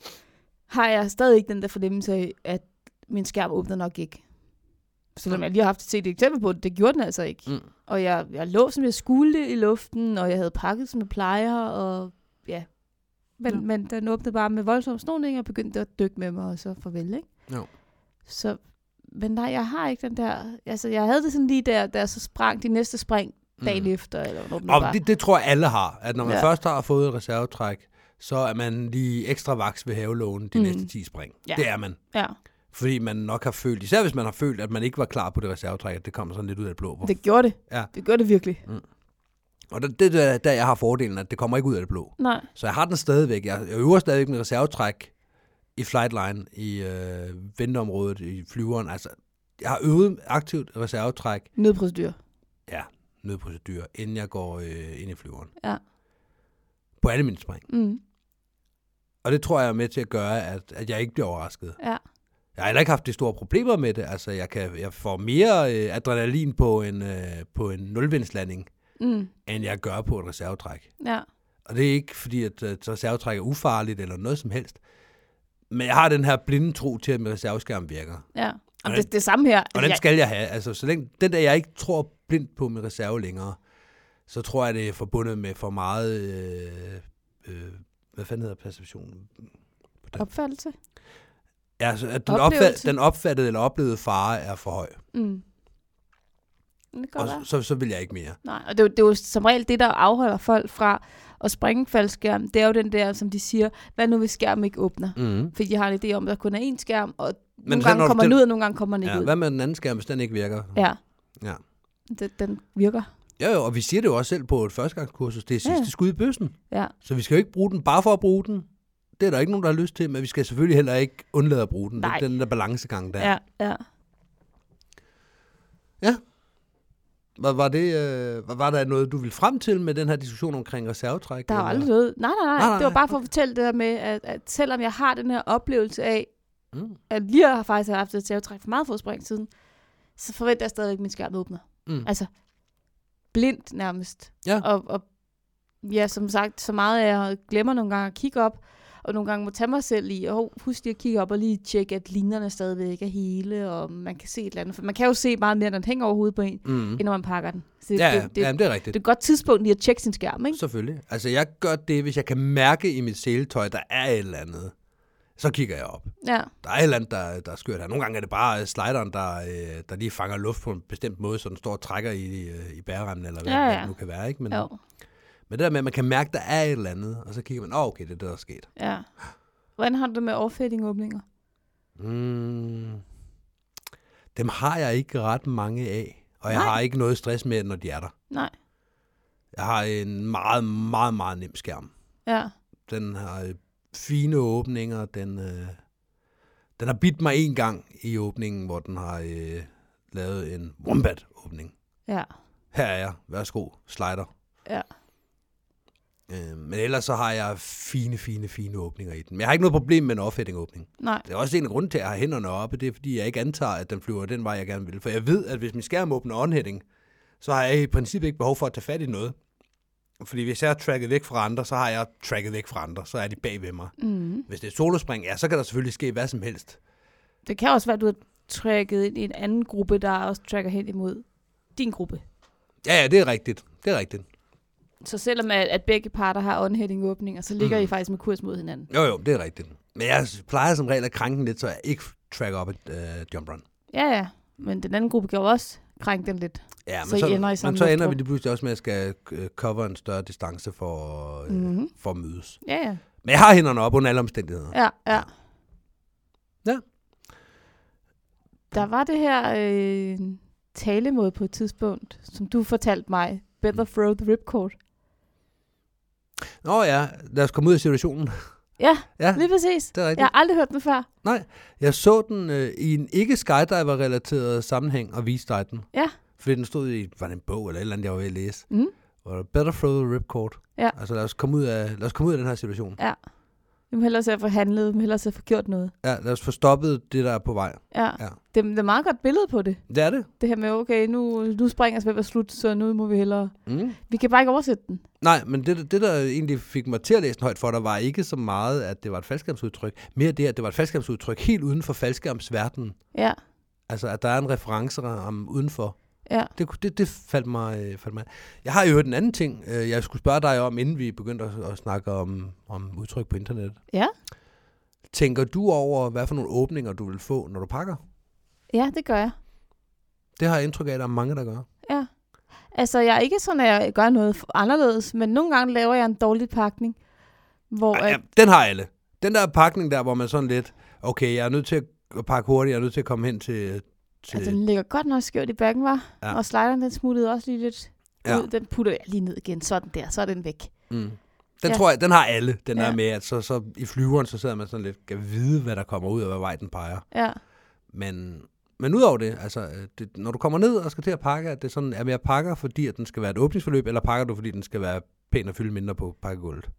[SPEAKER 2] har jeg stadig ikke den der fornemmelse af, at min skærm åbner nok ikke. Selvom jeg lige har haft set et eksempel på det, det gjorde den altså ikke. Mm. Og jeg lå, som jeg skulle i luften, og jeg havde pakket, som jeg plejer, og ja. Men den åbnede bare med voldsom snoning, og begyndte at dykke med mig, og så farvel, ikke?
[SPEAKER 3] Jo.
[SPEAKER 2] Så, men nej, jeg har ikke den der... Altså, jeg havde det sådan lige der jeg så sprang de næste spring dagen efter, eller hvornår det var.
[SPEAKER 3] Det tror jeg alle har, at når man først har fået et reservetræk, så er man lige ekstra vaks ved havelågen de næste 10 spring. Ja. Det er man.
[SPEAKER 2] Ja.
[SPEAKER 3] Fordi man nok har følt, især hvis man har følt, at man ikke var klar på det reservetræk, at det kom sådan lidt ud af det blå.
[SPEAKER 2] Det gjorde det.
[SPEAKER 3] Ja.
[SPEAKER 2] Det gjorde det virkelig.
[SPEAKER 3] Mm. Og det er der, jeg har fordelen, at det kommer ikke ud af det blå.
[SPEAKER 2] Nej.
[SPEAKER 3] Så jeg har den stadigvæk. Jeg øver stadigvæk med reservetræk i flightline, i venteområdet, i flyveren. Altså, jeg har øvet aktivt reservetræk.
[SPEAKER 2] Nødprocedur.
[SPEAKER 3] Ja, nødprocedur, inden jeg går ind i flyveren.
[SPEAKER 2] Ja.
[SPEAKER 3] På alle mine spring.
[SPEAKER 2] Mm.
[SPEAKER 3] Og det tror jeg er med til at gøre, at jeg ikke bliver overrasket.
[SPEAKER 2] Ja.
[SPEAKER 3] Jeg har heller ikke haft de store problemer med det. Altså, jeg får mere adrenalin på en nulvindslanding, end jeg gør på et reservetræk.
[SPEAKER 2] Ja.
[SPEAKER 3] Og det er ikke fordi, at reservetræk er ufarligt eller noget som helst. Men jeg har den her blinde tro til, at min reserveskærm virker.
[SPEAKER 2] Ja, og det samme her.
[SPEAKER 3] Og den skal jeg have. Altså, så længe, den der, jeg ikke tror blindt på min reserve længere, så tror jeg, det er forbundet med for meget... hvad fanden hedder perception?
[SPEAKER 2] Opfattelse?
[SPEAKER 3] Ja, altså, at den opfattede eller oplevede fare er for høj.
[SPEAKER 2] Mm.
[SPEAKER 3] Og så vil jeg ikke mere.
[SPEAKER 2] Nej, og det er jo som regel det, der afholder folk fra at springe faldskærm. Det er jo den der, som de siger, hvad nu hvis skærmen ikke åbner? Mm. Fordi de har en idé om, at der kun er én skærm, og nogle gange kommer den ud, og nogle gange kommer den ikke ud.
[SPEAKER 3] Hvad med den anden skærm, hvis den ikke virker?
[SPEAKER 2] Ja.
[SPEAKER 3] Ja.
[SPEAKER 2] Den virker.
[SPEAKER 3] Jo, og vi siger det jo også selv på et førstegangskursus. Det er sidste skud i bøssen.
[SPEAKER 2] Ja.
[SPEAKER 3] Så vi skal jo ikke bruge den bare for at bruge den. Det er der ikke nogen, der har lyst til, men vi skal selvfølgelig heller ikke undlade at bruge den. Nej. Det er den der balancegang der.
[SPEAKER 2] Ja.
[SPEAKER 3] Ja. Var der noget, du ville frem til med den her diskussion omkring reservetræk?
[SPEAKER 2] Der er aldrig noget. Nej. Det var bare for at fortælle det der med, at selvom jeg har den her oplevelse af, at lige har faktisk haft et reservetræk for meget fodspring siden, så forventer jeg stadigvæk, at min skærm åbner. Mm. Altså, blindt nærmest.
[SPEAKER 3] Ja.
[SPEAKER 2] Og ja, som sagt, så meget jeg glemmer nogle gange at kigge op, og nogle gange må tage mig selv i, og husk lige at kigge op og lige tjekke, at linjerne stadigvæk er hele, og man kan se et eller andet. For man kan jo se meget mere, når den hænger over hovedet på en, end når man pakker den. Så
[SPEAKER 3] det er rigtigt.
[SPEAKER 2] Det er et godt tidspunkt lige at tjekke sin skærm, ikke?
[SPEAKER 3] Selvfølgelig. Altså, jeg gør det, hvis jeg kan mærke i mit seletøj, der er et eller andet. Så kigger jeg op. Ja. Der er et eller andet, der er skørt her. Nogle gange er det bare slideren, der lige fanger luft på en bestemt måde, så den står og trækker i bæreremmen, eller hvad det nu kan være, ikke? Men det der med, at man kan mærke, at der er et eller andet, og så kigger man, okay, det er det, der er sket.
[SPEAKER 2] Ja. Hvordan har du det med overfælding-åbninger?
[SPEAKER 3] Dem har jeg ikke ret mange af, og jeg har ikke noget stress med, når de er der.
[SPEAKER 2] Nej.
[SPEAKER 3] Jeg har en meget, meget, meget nem skærm.
[SPEAKER 2] Ja.
[SPEAKER 3] Den har fine åbninger. Den har bidt mig en gang i åbningen, hvor den har lavet en wombat-åbning.
[SPEAKER 2] Ja.
[SPEAKER 3] Her er jeg. Værsgo. Slider.
[SPEAKER 2] Ja.
[SPEAKER 3] Men ellers så har jeg fine åbninger i den. Men jeg har ikke noget problem med en offsetting-åbning.
[SPEAKER 2] Nej.
[SPEAKER 3] Det er også en af grunden til, at jeg har hænderne oppe. Det er, fordi jeg ikke antager, at den flyver den vej, jeg gerne vil. For jeg ved, at hvis min skærm åbner onheading, så har jeg i princippet ikke behov for at tage fat i noget. Fordi hvis jeg er tracket væk fra andre, så har jeg tracket væk fra andre. Så er de bag ved mig. Mm. Hvis det er solospring, ja, så kan der selvfølgelig ske hvad som helst.
[SPEAKER 2] Det kan også være, at du har tracket ind i en anden gruppe, der også tracker hen imod din gruppe.
[SPEAKER 3] Ja, det er rigtigt. Det er rigtigt.
[SPEAKER 2] Så selvom at begge parter har onheading-åbninger, så ligger I faktisk med kurs mod hinanden.
[SPEAKER 3] Jo, det er rigtigt. Men jeg plejer som regel at krænke den lidt, så jeg ikke tracker op et jump run.
[SPEAKER 2] Ja. Men den anden gruppe kan jo også krænke den lidt.
[SPEAKER 3] Ja, men så ender vi lige pludselig også med, at jeg skal cover en større distance for at mødes.
[SPEAKER 2] Ja.
[SPEAKER 3] Men jeg har hænderne op under alle omstændigheder.
[SPEAKER 2] Ja. Der var det her talemåde på et tidspunkt, som du fortalte mig. Better throw the ripcord.
[SPEAKER 3] Nå ja, lad os komme ud af situationen.
[SPEAKER 2] Ja, lige præcis.
[SPEAKER 3] Det er rigtigt.
[SPEAKER 2] Jeg har aldrig hørt den før.
[SPEAKER 3] Nej, jeg så den i en ikke skydiver-relateret sammenhæng og viste dig den.
[SPEAKER 2] Ja.
[SPEAKER 3] Fordi den stod i, var det en bog eller et eller andet, jeg var ved at læse. Better throw the ripcord.
[SPEAKER 2] Ja.
[SPEAKER 3] Altså lad os komme ud af den her situation.
[SPEAKER 2] Ja. Vi må hellere se at få handlet, vi må hellere se at få gjort noget.
[SPEAKER 3] Ja, lad os få stoppet det, der er på vej.
[SPEAKER 2] Ja. Det er meget godt billede på det.
[SPEAKER 3] Det er det.
[SPEAKER 2] Det her med, okay, nu springer spil slut, så nu må vi hellere... Vi kan bare ikke oversætte den.
[SPEAKER 3] Nej, men det, der egentlig fik mig til at læse den højt for dig, var ikke så meget, at det var et faldskærmsudtryk. Mere det, at det var et faldskærmsudtryk helt uden for faldskærmsverdenen.
[SPEAKER 2] Ja.
[SPEAKER 3] Altså, at der er en referenceramme udenfor.
[SPEAKER 2] Ja.
[SPEAKER 3] Det faldt mig. Jeg har jo hørt en anden ting, jeg skulle spørge dig om, inden vi begyndte at snakke om udtryk på internettet.
[SPEAKER 2] Ja.
[SPEAKER 3] Tænker du over, hvad for nogle åbninger du vil få, når du pakker?
[SPEAKER 2] Ja, det gør jeg.
[SPEAKER 3] Det har jeg indtryk af, at der er mange, der gør.
[SPEAKER 2] Ja. Altså, jeg er ikke sådan, at jeg gør noget anderledes, men nogle gange laver jeg en dårlig pakning, hvor...
[SPEAKER 3] Ja, den har alle. Den der pakning der, hvor man sådan lidt, okay, jeg er nødt til at pakke hurtigt, jeg er nødt til at komme hen til...
[SPEAKER 2] Altså, den ligger godt nok skævt i bakken, var. Ja. Og slideren, den smuttede også lige lidt ud. Den putter jeg lige ned igen. Sådan der, så er den væk.
[SPEAKER 3] Den tror jeg, den har alle. Den er med, at så i flyveren, så sidder man sådan lidt, kan vide, hvad der kommer ud, og hvad vej den peger.
[SPEAKER 2] Ja.
[SPEAKER 3] Men udover det, altså, når du kommer ned og skal til at pakke, at det sådan, er jeg pakker, fordi at den skal være et åbningsforløb, eller pakker du, fordi den skal være pæn og fylde mindre på pakkegulvet?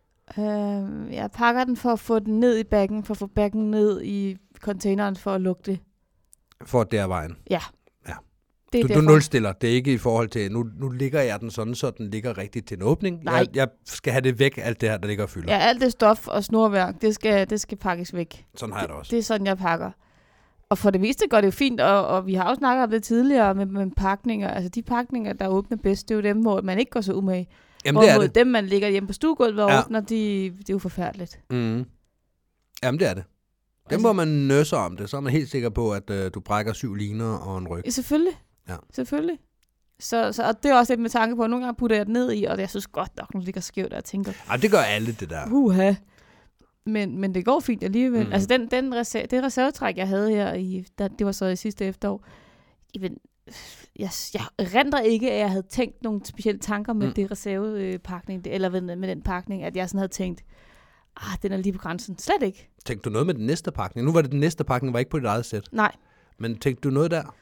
[SPEAKER 2] Jeg pakker den for at få den ned i bakken, for at få bakken ned i containeren, for at lukke det.
[SPEAKER 3] For at det er vejen?
[SPEAKER 2] Ja.
[SPEAKER 3] Du nulstiller. Det er ikke i forhold til, nu ligger jeg den sådan, så den ligger rigtigt til en åbning.
[SPEAKER 2] Nej.
[SPEAKER 3] Jeg skal have det væk, alt det her, der ligger og fylder.
[SPEAKER 2] Ja, alt det stof og snorværk, det skal pakkes væk.
[SPEAKER 3] Sådan har jeg det også.
[SPEAKER 2] Det er sådan, jeg pakker. Og for det meste går det jo fint, og vi har jo snakket om det tidligere med pakninger. Altså de pakninger, der åbner bedst, det er jo dem, hvor man ikke går så umage.
[SPEAKER 3] Jamen det er det.
[SPEAKER 2] Dem, man ligger hjemme på stuegulvet og åbner, det er jo forfærdeligt.
[SPEAKER 3] Mm. Jamen det er det. Dem, hvor man nøsser om det, så er man helt sikker på, at du brækker 7 liner og en ryg.
[SPEAKER 2] Selvfølgelig. Ja. Selvfølgelig. Så og det er også lidt med tanke på, at nogle gange putter jeg det ned i, og jeg synes godt nok, når det ligger skævt, og jeg tænker...
[SPEAKER 3] Ja, det gør alle, det der.
[SPEAKER 2] Men det går fint alligevel. Altså det reservetræk, jeg havde her, det var så i sidste efterår, jeg render ikke, at jeg havde tænkt nogle specielle tanker med det reservepakning, eller med den pakning, at jeg sådan havde tænkt, den er lige på grænsen. Slet ikke.
[SPEAKER 3] Tænkte du noget med den næste pakning? Nu var det den næste pakning, var ikke på dit eget sæt.
[SPEAKER 2] Nej.
[SPEAKER 3] Men tænkte du noget der?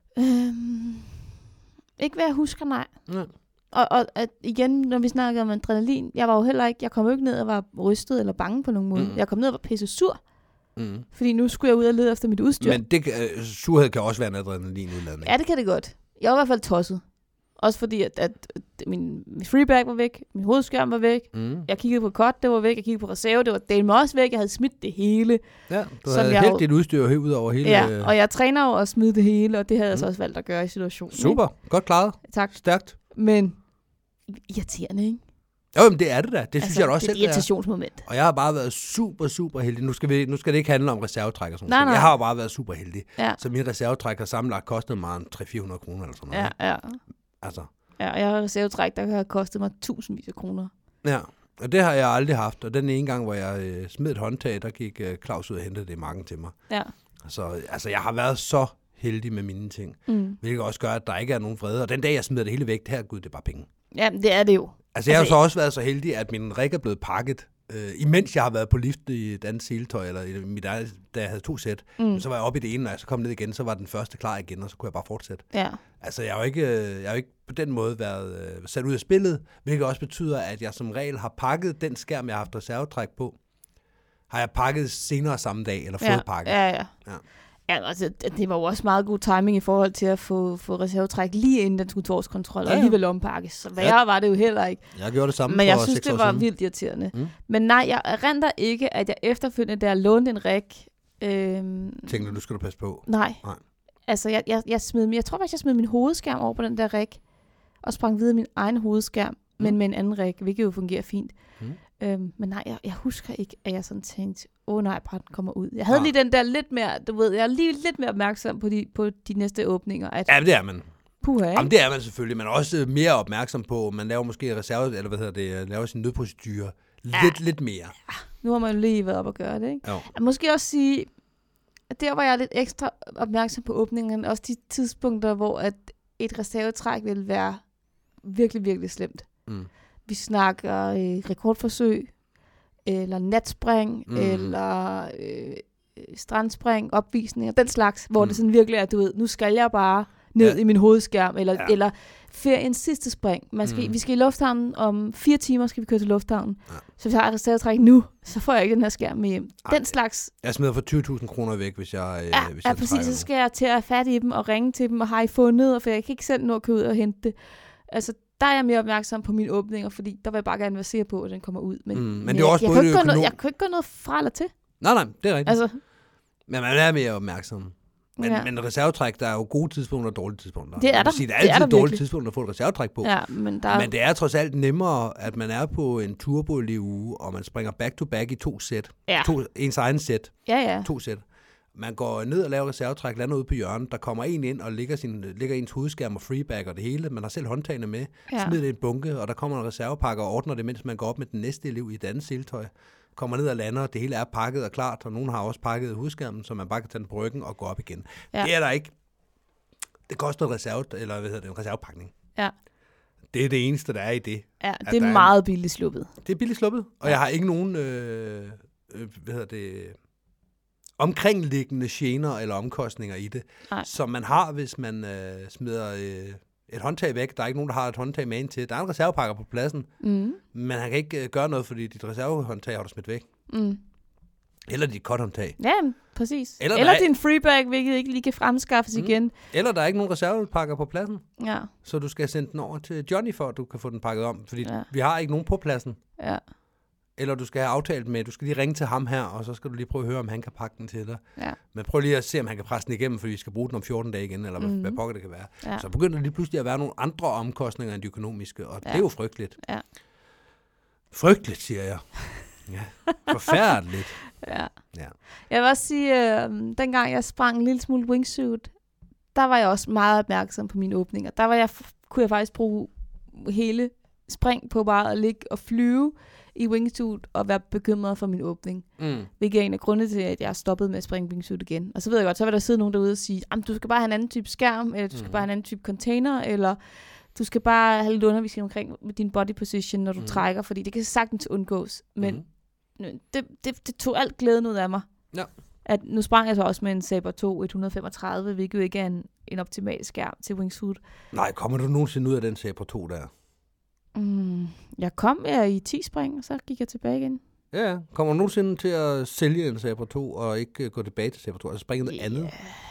[SPEAKER 2] Ikke hvad jeg husker, nej. Ja. Og at igen, når vi snakker om adrenalin, jeg kom jo ikke ned og var rystet eller bange på nogen måde. Jeg kom ned og var pisse sur. Fordi nu skulle jeg ud og lede efter mit udstyr.
[SPEAKER 3] Men surhed kan også være en adrenalinudladning.
[SPEAKER 2] Ja, det kan det godt. Jeg var i hvert fald tosset. Også fordi, at min freebag var væk, min hovedskærm var væk, jeg kiggede på kort, det var væk, jeg kiggede på reserve, det var delt også væk, jeg havde smidt det hele.
[SPEAKER 3] Ja, du havde helt dit udstyr helt ud over hele...
[SPEAKER 2] Ja, og jeg træner jo at smide det hele, og det havde jeg så også valgt at gøre i situationen.
[SPEAKER 3] Super, godt klaret.
[SPEAKER 2] Tak.
[SPEAKER 3] Stærkt.
[SPEAKER 2] Men irriterende, ikke?
[SPEAKER 3] Jo, men det er det da. Det synes jeg da også selv,
[SPEAKER 2] det er et irritationsmoment.
[SPEAKER 3] Og jeg har bare været super, super heldig. Nu skal det ikke handle om reservetræk og sådan
[SPEAKER 2] noget.
[SPEAKER 3] Jeg har bare været super heldig.
[SPEAKER 2] Ja.
[SPEAKER 3] Så min reservetræk har sammenlagt kostet mig 300-400 kroner eller sådan noget.
[SPEAKER 2] Ja.
[SPEAKER 3] Altså.
[SPEAKER 2] Ja, og jeg har reservetræk, der har kostet mig tusindvis af kroner.
[SPEAKER 3] Ja, og det har jeg aldrig haft. Og den ene gang, hvor jeg smed et håndtag, der gik Claus ud og hentede det i marken til mig. Ja. Så altså, jeg har været så heldig med mine ting. Hvilket også gør, at der ikke er nogen vrede. Og den dag, jeg smider det hele væk, det her, gud, det er bare penge.
[SPEAKER 2] Ja, det er det jo.
[SPEAKER 3] Altså, jeg har så også været så heldig, at min rig er blevet pakket, imens jeg har været på lift i et andet seletøj, eller i mit eget, da jeg havde 2 sæt. Så var jeg oppe i det ene, og jeg så kom ned igen, så var den første klar igen, og så kunne jeg bare fortsætte. Ja. Altså, jeg har jo ikke på den måde været sat ud af spillet, hvilket også betyder, at jeg som regel har pakket den skærm, jeg har haft reservetræk på, har jeg pakket senere samme dag, eller fået pakket.
[SPEAKER 2] Ja. Ja, altså, det var jo også meget god timing i forhold til at få reservetræk lige inden den skulle til årskontrol, og alligevel ompakkes. Så værre var det jo heller ikke.
[SPEAKER 3] Jeg gjorde det samme
[SPEAKER 2] men jeg synes, det var vildt irriterende. Men nej, jeg erindrer ikke, at jeg efterfølgende, da jeg lånte en rig...
[SPEAKER 3] Tænkte du skulle passe på?
[SPEAKER 2] Nej. Altså, jeg tror faktisk, jeg smed min hovedskærm over på den der rig, og sprang videre min egen hovedskærm, men med en anden rig, hvilket jo fungerer fint. Men nej, jeg husker ikke, at jeg sådan tænkte, nej, bare den kommer ud. Jeg havde lige den der lidt mere, jeg er lige lidt mere opmærksom på de næste åbninger. At,
[SPEAKER 3] ja, det er man.
[SPEAKER 2] Puha,
[SPEAKER 3] jamen, det er man selvfølgelig. Man er også mere opmærksom på, man laver måske reserve, eller laver sin nødprocedure lidt mere.
[SPEAKER 2] Ja, nu har man jo lige været op og gøre det, ikke?
[SPEAKER 3] Jo.
[SPEAKER 2] Jeg måske også sige, at der var jeg lidt ekstra opmærksom på åbningen, også de tidspunkter, hvor at et reservetræk ville være virkelig, virkelig slemt. Vi snakker rekordforsøg, eller natspring, eller strandspring, opvisninger, den slags, hvor det sådan virkelig er, du ved, nu skal jeg bare ned i min hovedskærm, eller feriens sidste spring. Vi skal i lufthavnen om 4 timer, skal vi køre til lufthavnen. Ja. Så hvis jeg har reservetræk nu, så får jeg ikke den her skærm med hjem. Den slags...
[SPEAKER 3] Jeg smider for 20.000 kroner væk, hvis jeg
[SPEAKER 2] præcis. Så skal jeg til at have fat i dem og ringe til dem, og har I fundet, for jeg kan ikke selv nå at køre ud og hente det. Altså, der er jeg mere opmærksom på mine åbninger, fordi der vil jeg bare gerne være sikker på, at den kommer ud. Men
[SPEAKER 3] det er også
[SPEAKER 2] jeg kan ikke gøre noget fra eller til.
[SPEAKER 3] Nej, det er rigtigt.
[SPEAKER 2] Altså,
[SPEAKER 3] men man er mere opmærksom. Men reservetræk, der er jo gode tidspunkter og dårlige tidspunkter.
[SPEAKER 2] Det er der.
[SPEAKER 3] Det er altid et dårligt tidspunkt at få et reservetræk på.
[SPEAKER 2] Ja, men
[SPEAKER 3] det er trods alt nemmere, at man er på en turbo-uge, og man springer back-to-back i 2 sæt. Ja. Ens egen sæt.
[SPEAKER 2] Ja.
[SPEAKER 3] 2 sæt. Man går ned og laver reservetræk, lander ude på hjørnet. Der kommer en ind og ligger ens hovedskærm og freeback og det hele. Man har selv håndtagene med. Smider det i en bunke, og der kommer en reservepakke og ordner det, mens man går op med den næste elev i et andet seletøj. Kommer ned og lander, det hele er pakket og klart, og nogen har også pakket hovedskærmen, så man bare kan tage den på ryggen og gå op igen. Ja. Det er der ikke. Det koster en reservepakning. Ja. Det er det eneste, der er i det.
[SPEAKER 2] Ja, det er meget billigt sluppet.
[SPEAKER 3] Det er billigt sluppet, og jeg har ikke nogen omkringliggende gener eller omkostninger i det, som man har, hvis man smider et håndtag væk. Der er ikke nogen, der har et håndtag med ind til. Der er en reservepakker på pladsen, men han kan ikke gøre noget, fordi dit reservehåndtag har du smidt væk. Eller dit cut-håndtag.
[SPEAKER 2] Ja, præcis. Eller din freebag, hvilket ikke lige kan fremskaffes igen.
[SPEAKER 3] Eller der er ikke nogen reservepakker på pladsen. Ja. Så du skal sende den over til Johnny, for at du kan få den pakket om. Fordi vi har ikke nogen på pladsen. Ja. Eller du skal have aftalt med, du skal lige ringe til ham her, og så skal du lige prøve at høre, om han kan pakke den til dig. Ja. Men prøv lige at se, om han kan presse den igennem, fordi vi skal bruge den om 14 dage igen, eller hvad pokker det kan være. Ja. Så begynder der lige pludselig at være nogle andre omkostninger end de økonomiske, og det er jo frygteligt. Ja. Frygteligt, siger jeg. Ja. Forfærdeligt.
[SPEAKER 2] Ja. Jeg vil også sige, dengang jeg sprang en lille smule wingsuit, der var jeg også meget opmærksom på mine åbninger. Kunne jeg faktisk bruge hele spring på bare at ligge og flyve i wingsuit og være bekymret for min åbning. Hvilket er en af grundene til, at jeg stoppede med at springe wingsuit igen. Og så ved jeg godt, så vil der sidde nogen derude og sige, du skal bare have en anden type skærm, eller du skal bare have en anden type container, eller du skal bare have lidt undervisning omkring din body position, når du trækker, fordi det kan sagtens undgås. Men det tog alt glæden ud af mig. Ja. At nu sprang jeg så også med en Saber 2 135, hvilket jo ikke er en optimal skærm til wingsuit.
[SPEAKER 3] Nej, kommer du nogensinde ud af den Saber 2 der?
[SPEAKER 2] Jeg kom i 10 spring, og så gik jeg tilbage igen.
[SPEAKER 3] Ja, kommer du nogensinde til at sælge en Saber 2, og ikke gå tilbage til Saber 2, altså springe noget andet?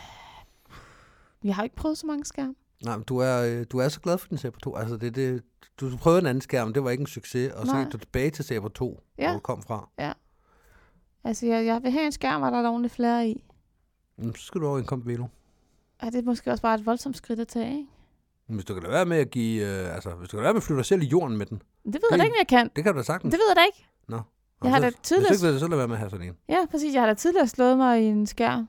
[SPEAKER 2] Jeg har ikke prøvet så mange skærme.
[SPEAKER 3] Nej, men du er så glad for den Saber 2. Altså, du prøvede en anden skærm, det var ikke en succes, og så gik du tilbage til Saber 2, hvor du kom fra. Ja.
[SPEAKER 2] Altså, jeg vil have en skærm, hvor der er ordentligt flere i.
[SPEAKER 3] Så skal du over en Compvelo.
[SPEAKER 2] Ja, det er måske også bare et voldsomt skridt at tage, ikke?
[SPEAKER 3] Hvis du kan lade være med at hvis du kan lade være med at flytte dig selv i jorden med den.
[SPEAKER 2] Det ved jeg da ikke, om jeg kan.
[SPEAKER 3] Det kan du da sagtens.
[SPEAKER 2] Det ved jeg da ikke.
[SPEAKER 3] Nå.
[SPEAKER 2] Jeg har da tidligere...
[SPEAKER 3] Hvis ikke så lade være med at have sådan en.
[SPEAKER 2] Ja, præcis. Jeg har da tidligere slået mig i en skærm.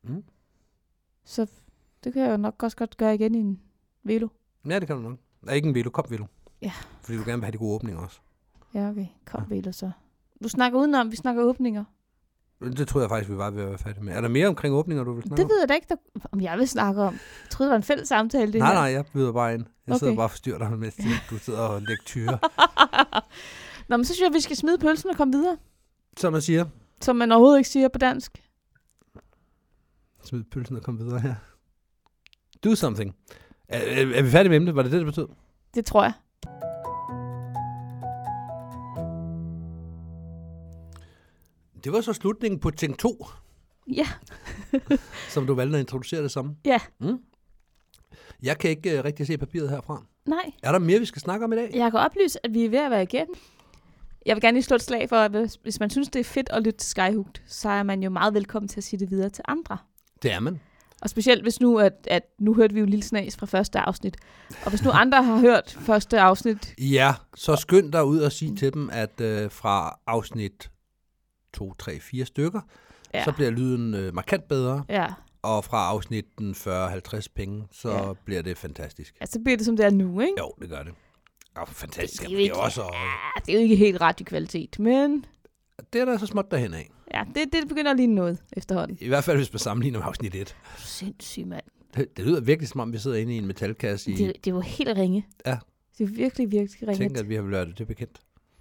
[SPEAKER 2] Så det kan jeg jo nok også godt gøre igen i en Velo.
[SPEAKER 3] Ja, det kan du nok. Ikke en Velo, Compvelo.
[SPEAKER 2] Ja.
[SPEAKER 3] Fordi du gerne vil have de gode åbninger også.
[SPEAKER 2] Ja, okay. Compvelo så. Du snakker udenom, vi snakker åbninger.
[SPEAKER 3] Det troede jeg faktisk, vi var ved at være færdige med. Er der mere omkring åbninger, du vil snakke om?
[SPEAKER 2] Det ved jeg da ikke, om jeg vil snakke om. Jeg troede, det var en fælles samtale, det her.
[SPEAKER 3] Nej, jeg byder bare ind. Jeg sidder bare og forstyrrer dig, mens du sidder og lektyrer.
[SPEAKER 2] Nå, men så synes jeg, vi skal smide pølsen og komme videre.
[SPEAKER 3] Som man siger.
[SPEAKER 2] Som man overhovedet ikke siger på dansk.
[SPEAKER 3] Smid pølsen og komme videre her. Do something. Er vi færdige med emnet? Var det det betød?
[SPEAKER 2] Det tror jeg.
[SPEAKER 3] Det var så slutningen på ting 2.
[SPEAKER 2] Ja.
[SPEAKER 3] Som du valgte at introducere det som.
[SPEAKER 2] Ja.
[SPEAKER 3] Jeg kan ikke rigtig se papiret herfra.
[SPEAKER 2] Nej.
[SPEAKER 3] Er der mere, vi skal snakke om i dag?
[SPEAKER 2] Jeg kan oplyse, at vi er ved at være igennem. Jeg vil gerne lige slå et slag for, at hvis man synes, det er fedt at lytte til Skyhooked, så er man jo meget velkommen til at sige det videre til andre.
[SPEAKER 3] Det er man.
[SPEAKER 2] Og specielt hvis nu, at nu hørte vi jo Lille Snas fra første afsnit. Og hvis nu andre har hørt første afsnit...
[SPEAKER 3] Ja, så skynd dig ud og sige til dem, at fra afsnit 2, 3, 4 stykker, så bliver lyden markant bedre. Ja. Og fra afsnitten 40-50 penge, så bliver det fantastisk.
[SPEAKER 2] Ja, så bliver det som det er nu, ikke?
[SPEAKER 3] Jo, det gør det. Og fantastisk.
[SPEAKER 2] Det er jo ikke, det er jo ikke helt radiokvalitet, men...
[SPEAKER 3] Det er der så småt derhen af.
[SPEAKER 2] Ja, det begynder lige noget efterhånden.
[SPEAKER 3] I hvert fald, hvis man sammenligner med afsnit 1.
[SPEAKER 2] Sindssygt, mand.
[SPEAKER 3] Det lyder virkelig som om, vi sidder inde i en metalkasse.
[SPEAKER 2] Det var helt ringe.
[SPEAKER 3] Ja.
[SPEAKER 2] Det er virkelig, virkelig ringe.
[SPEAKER 3] Jeg tænker, at vi har lavet det bekendt.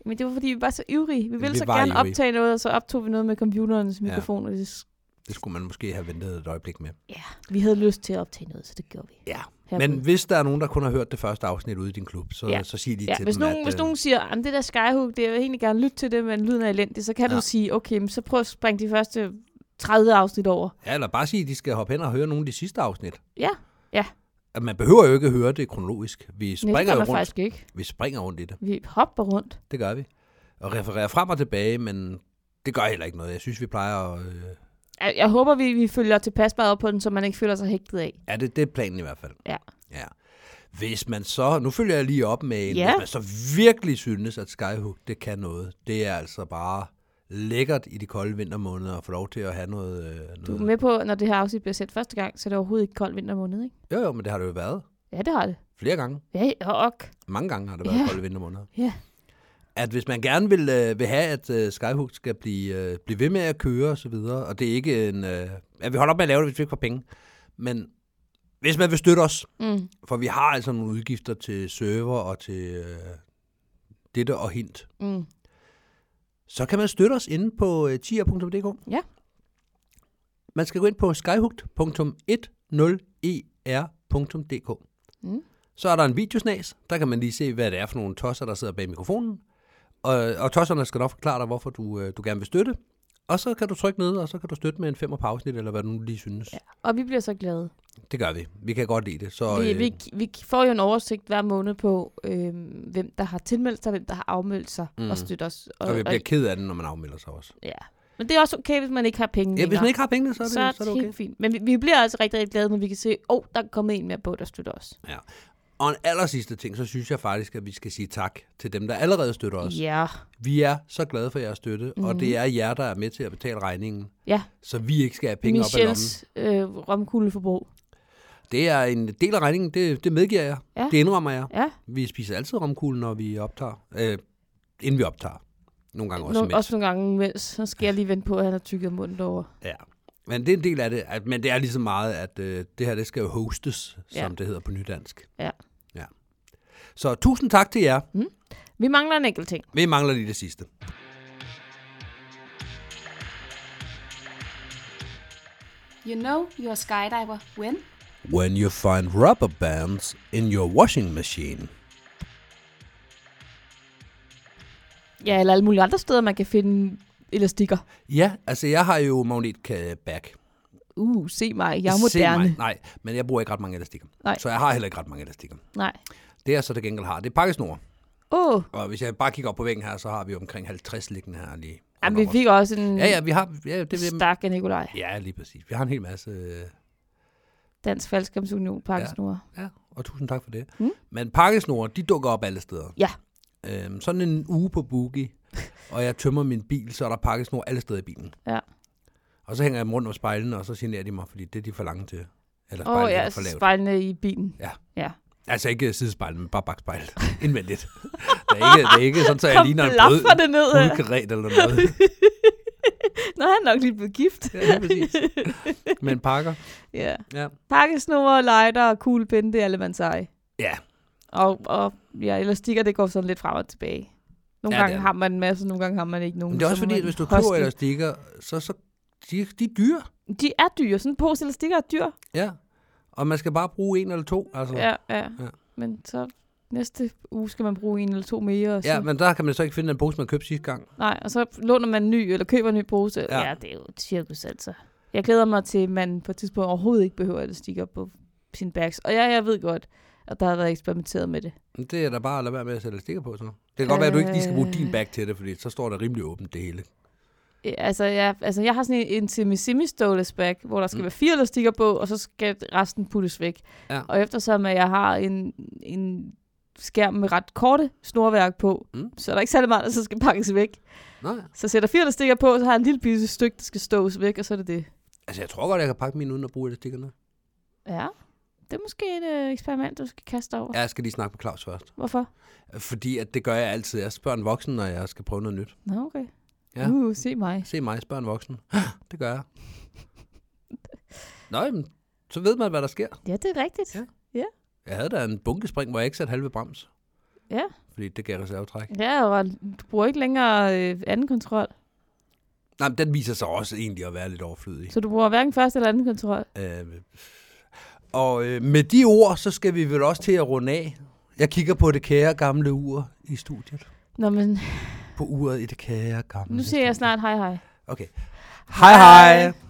[SPEAKER 2] Men det var, fordi vi var så ivrige. Vi ville så
[SPEAKER 3] var
[SPEAKER 2] gerne
[SPEAKER 3] ivrige.
[SPEAKER 2] optage noget, og så optog vi noget med computerens mikrofon. Og
[SPEAKER 3] det skulle man måske have ventet et øjeblik med.
[SPEAKER 2] Ja, vi havde lyst til at optage noget, så det gjorde vi.
[SPEAKER 3] Ja,
[SPEAKER 2] Herud.
[SPEAKER 3] men hvis der er nogen, der kun har hørt det første afsnit ude i din klub, så sig lige til
[SPEAKER 2] hvis
[SPEAKER 3] dem,
[SPEAKER 2] nogen, hvis nogen siger, at det der Skyhook, det er jeg egentlig gerne lytte til det, men lyden er elendig, så kan du sige, okay, men så prøv at springe de første 30 afsnit over.
[SPEAKER 3] Ja, eller bare sige, at de skal hoppe hen og høre nogle af de sidste afsnit.
[SPEAKER 2] Ja.
[SPEAKER 3] At man behøver jo ikke at høre det kronologisk. Vi springer jo rundt.
[SPEAKER 2] Faktisk ikke.
[SPEAKER 3] Vi springer rundt i det.
[SPEAKER 2] Vi hopper rundt.
[SPEAKER 3] Det gør vi. Og refererer frem og tilbage, men det gør heller ikke noget. Jeg synes, vi plejer at...
[SPEAKER 2] Jeg håber, vi følger tilpas meget op på den, så man ikke føler sig hægtet af.
[SPEAKER 3] Ja, det er planen i hvert fald.
[SPEAKER 2] Ja.
[SPEAKER 3] Hvis man så... Nu følger jeg lige op med en... Hvis man så virkelig synes, at Skyhook, det kan noget. Det er altså bare lækkert i de kolde vintermåneder at få lov til at have noget...
[SPEAKER 2] Du er med på, når det her afsnit bliver set første gang, så er det overhovedet ikke kold vintermåned, ikke?
[SPEAKER 3] Jo, men det har det jo været.
[SPEAKER 2] Ja, det har det.
[SPEAKER 3] Flere gange.
[SPEAKER 2] Ja, ok.
[SPEAKER 3] Mange gange har det været kolde vintermåneder.
[SPEAKER 2] Ja.
[SPEAKER 3] At hvis man gerne vil have, at Skyhook skal blive ved med at køre og så videre, og det er ikke en... at vi holder op med at lave det, hvis vi ikke får penge. Men hvis man vil støtte os, for vi har altså nogle udgifter til server og til dette og hint, så kan man støtte os inde på tier.dk.
[SPEAKER 2] Ja.
[SPEAKER 3] Man skal gå ind på skyhooked.10er.dk. Så er der en videosnas. Der kan man lige se, hvad det er for nogle tosser, der sidder bag mikrofonen. Og tosserne skal nok forklare dig, hvorfor du gerne vil støtte. Og så kan du trykke ned, og så kan du støtte med en 5 på afsnit, eller hvad du nu lige synes.
[SPEAKER 2] Ja. Og vi bliver så glade.
[SPEAKER 3] Det gør vi. Vi kan godt lide det. Så,
[SPEAKER 2] vi får jo en oversigt hver måned på, hvem der har tilmeldt sig, hvem der har afmeldt sig og støtter os.
[SPEAKER 3] Og vi bliver ked af det, når man afmelder sig også.
[SPEAKER 2] Ja. Men det er også okay, hvis man ikke har penge.
[SPEAKER 3] Ja, hvis man ikke har penge, så er det okay.
[SPEAKER 2] Helt fint. Men vi bliver altså rigtig, rigtig glade, når vi kan se, der er kommet en mere på, der støtter os.
[SPEAKER 3] Ja. Og en aller sidste ting, så synes jeg faktisk, at vi skal sige tak til dem, der allerede støtter os.
[SPEAKER 2] Ja.
[SPEAKER 3] Vi er så glade for jeres støtte, og det er jer, der er med til at betale regningen.
[SPEAKER 2] Ja.
[SPEAKER 3] Så vi ikke skal have penge op ad lommen.
[SPEAKER 2] Romkugleforbrug.
[SPEAKER 3] Det er en del af regningen, det medgiver jeg.
[SPEAKER 2] Ja.
[SPEAKER 3] Det indrømmer jeg.
[SPEAKER 2] Ja.
[SPEAKER 3] Vi spiser altid romkugle, når vi optager. Inden vi optager. Nogle gange også imens.
[SPEAKER 2] Også nogle gange imens. Så skal jeg lige vente på, at han har tykket munden over.
[SPEAKER 3] Ja. Men det er en del af det. Men det er ligesom meget, at det her, det skal jo hostes, som det hedder på nydansk.
[SPEAKER 2] Ja.
[SPEAKER 3] Så tusind tak til jer.
[SPEAKER 2] Vi mangler en enkelt ting.
[SPEAKER 3] Vi mangler lige det sidste.
[SPEAKER 2] You know you're a skydiver when?
[SPEAKER 3] When you find rubber bands in your washing machine.
[SPEAKER 2] Ja, eller alle mulige andre steder, man kan finde elastikker.
[SPEAKER 3] Ja, altså jeg har jo magnet-back.
[SPEAKER 2] Se mig, jeg er moderne.
[SPEAKER 3] Nej, men jeg bruger ikke ret mange elastikker.
[SPEAKER 2] Nej.
[SPEAKER 3] Så jeg har heller ikke ret mange elastikker.
[SPEAKER 2] Nej.
[SPEAKER 3] Det jeg så til gengæld har, det er pakkesnor.
[SPEAKER 2] Og
[SPEAKER 3] hvis jeg bare kigger op på væggen her, så har vi omkring 50 liggende her lige.
[SPEAKER 2] Jamen, vi fik også en
[SPEAKER 3] vi har, det
[SPEAKER 2] stak af Nikolaj.
[SPEAKER 3] Ja, lige præcis. Vi har en hel masse...
[SPEAKER 2] Dansk Faldskærmsunion pakkesnore.
[SPEAKER 3] Ja, og tusind tak for det. Men pakkesnore, de dukker op alle steder.
[SPEAKER 2] Ja.
[SPEAKER 3] Sådan en uge på Boogie, og jeg tømmer min bil, så er der pakkesnor alle steder i bilen.
[SPEAKER 2] Ja.
[SPEAKER 3] Og så hænger jeg dem rundt om spejlene, og så generer de mig, fordi det er de for lange til. Eller spejlene er for lavt.
[SPEAKER 2] Spejlene i bilen.
[SPEAKER 3] Ja. Altså ikke sidespejl, men bare bakspejl. Indvendigt. Det er ikke sådan, så jeg ligner en brudkaret eller noget.
[SPEAKER 2] Nå, han er nok lige blevet gift.
[SPEAKER 3] Ja, præcis. Men pakker.
[SPEAKER 2] Ja. Pakkesnore, lighter og kuglepinde, det er alle man sej.
[SPEAKER 3] Ja.
[SPEAKER 2] Og elastikker, det går sådan lidt frem og tilbage. Nogle gange har man en masse, nogle gange har man ikke nogen.
[SPEAKER 3] Men det er også fordi, at hvis du køber elastikker, så de er dyre.
[SPEAKER 2] De er dyre. Sådan en pose elastikker er dyr.
[SPEAKER 3] Ja. Og man skal bare bruge 1 eller 2. Altså.
[SPEAKER 2] Ja. Men så næste uge skal man bruge 1 eller 2 mere. Og så...
[SPEAKER 3] Ja, men der kan man så ikke finde den pose, man købte sidste gang.
[SPEAKER 2] Nej, og så låner man en ny, eller køber en ny pose. Ja, det er jo et cirkus altså. Jeg glæder mig til, at man på et tidspunkt overhovedet ikke behøver elastikker på sine bags. Og jeg ved godt, at der har været eksperimenteret med det.
[SPEAKER 3] Det er da bare at lade være med at sætte elastikker på. Så. Det kan godt være, at du ikke lige skal bruge din bag til det, fordi så står der rimelig åbent det hele.
[SPEAKER 2] Altså, jeg har sådan en semi-ståles bag, hvor der skal være 4 elastikker på, og så skal resten puttes væk. Ja. Og eftersom jeg har en skærm med ret korte snorværk på, så er der ikke særlig meget, der så skal pakkes væk. Nej. Så sætter 4 elastikker på, så har jeg en lille bitte stykke, der skal stås væk, og så er det det.
[SPEAKER 3] Altså, jeg tror godt, jeg kan pakke mine uden at bruge elastikkerne.
[SPEAKER 2] Ja, det er måske et eksperiment, du skal kaste over.
[SPEAKER 3] Ja, jeg skal lige snakke med Claus først.
[SPEAKER 2] Hvorfor?
[SPEAKER 3] Fordi at det gør jeg altid. Jeg spørger en voksen, når jeg skal prøve noget nyt.
[SPEAKER 2] Nå, okay.
[SPEAKER 3] Ja.
[SPEAKER 2] Se mig.
[SPEAKER 3] Se mig, spørg en voksen. Det gør jeg. Nå, men så ved man, hvad der sker.
[SPEAKER 2] Ja, det er rigtigt.
[SPEAKER 3] Ja. Jeg havde da en bunkespring, hvor jeg ikke satte halve brems.
[SPEAKER 2] Ja.
[SPEAKER 3] Fordi det gav reservetræk.
[SPEAKER 2] Ja, og du bruger ikke længere anden kontrol.
[SPEAKER 3] Nej, men den viser sig også egentlig at være lidt overflødig.
[SPEAKER 2] Så du bruger hverken første eller anden kontrol?
[SPEAKER 3] Og med de ord, så skal vi vel også til at runde af. Jeg kigger på det kære gamle ur i studiet.
[SPEAKER 2] Nå, men...
[SPEAKER 3] På uret i det kære gamle.
[SPEAKER 2] Nu siger jeg snart hej hej.
[SPEAKER 3] Okay. Hej hej!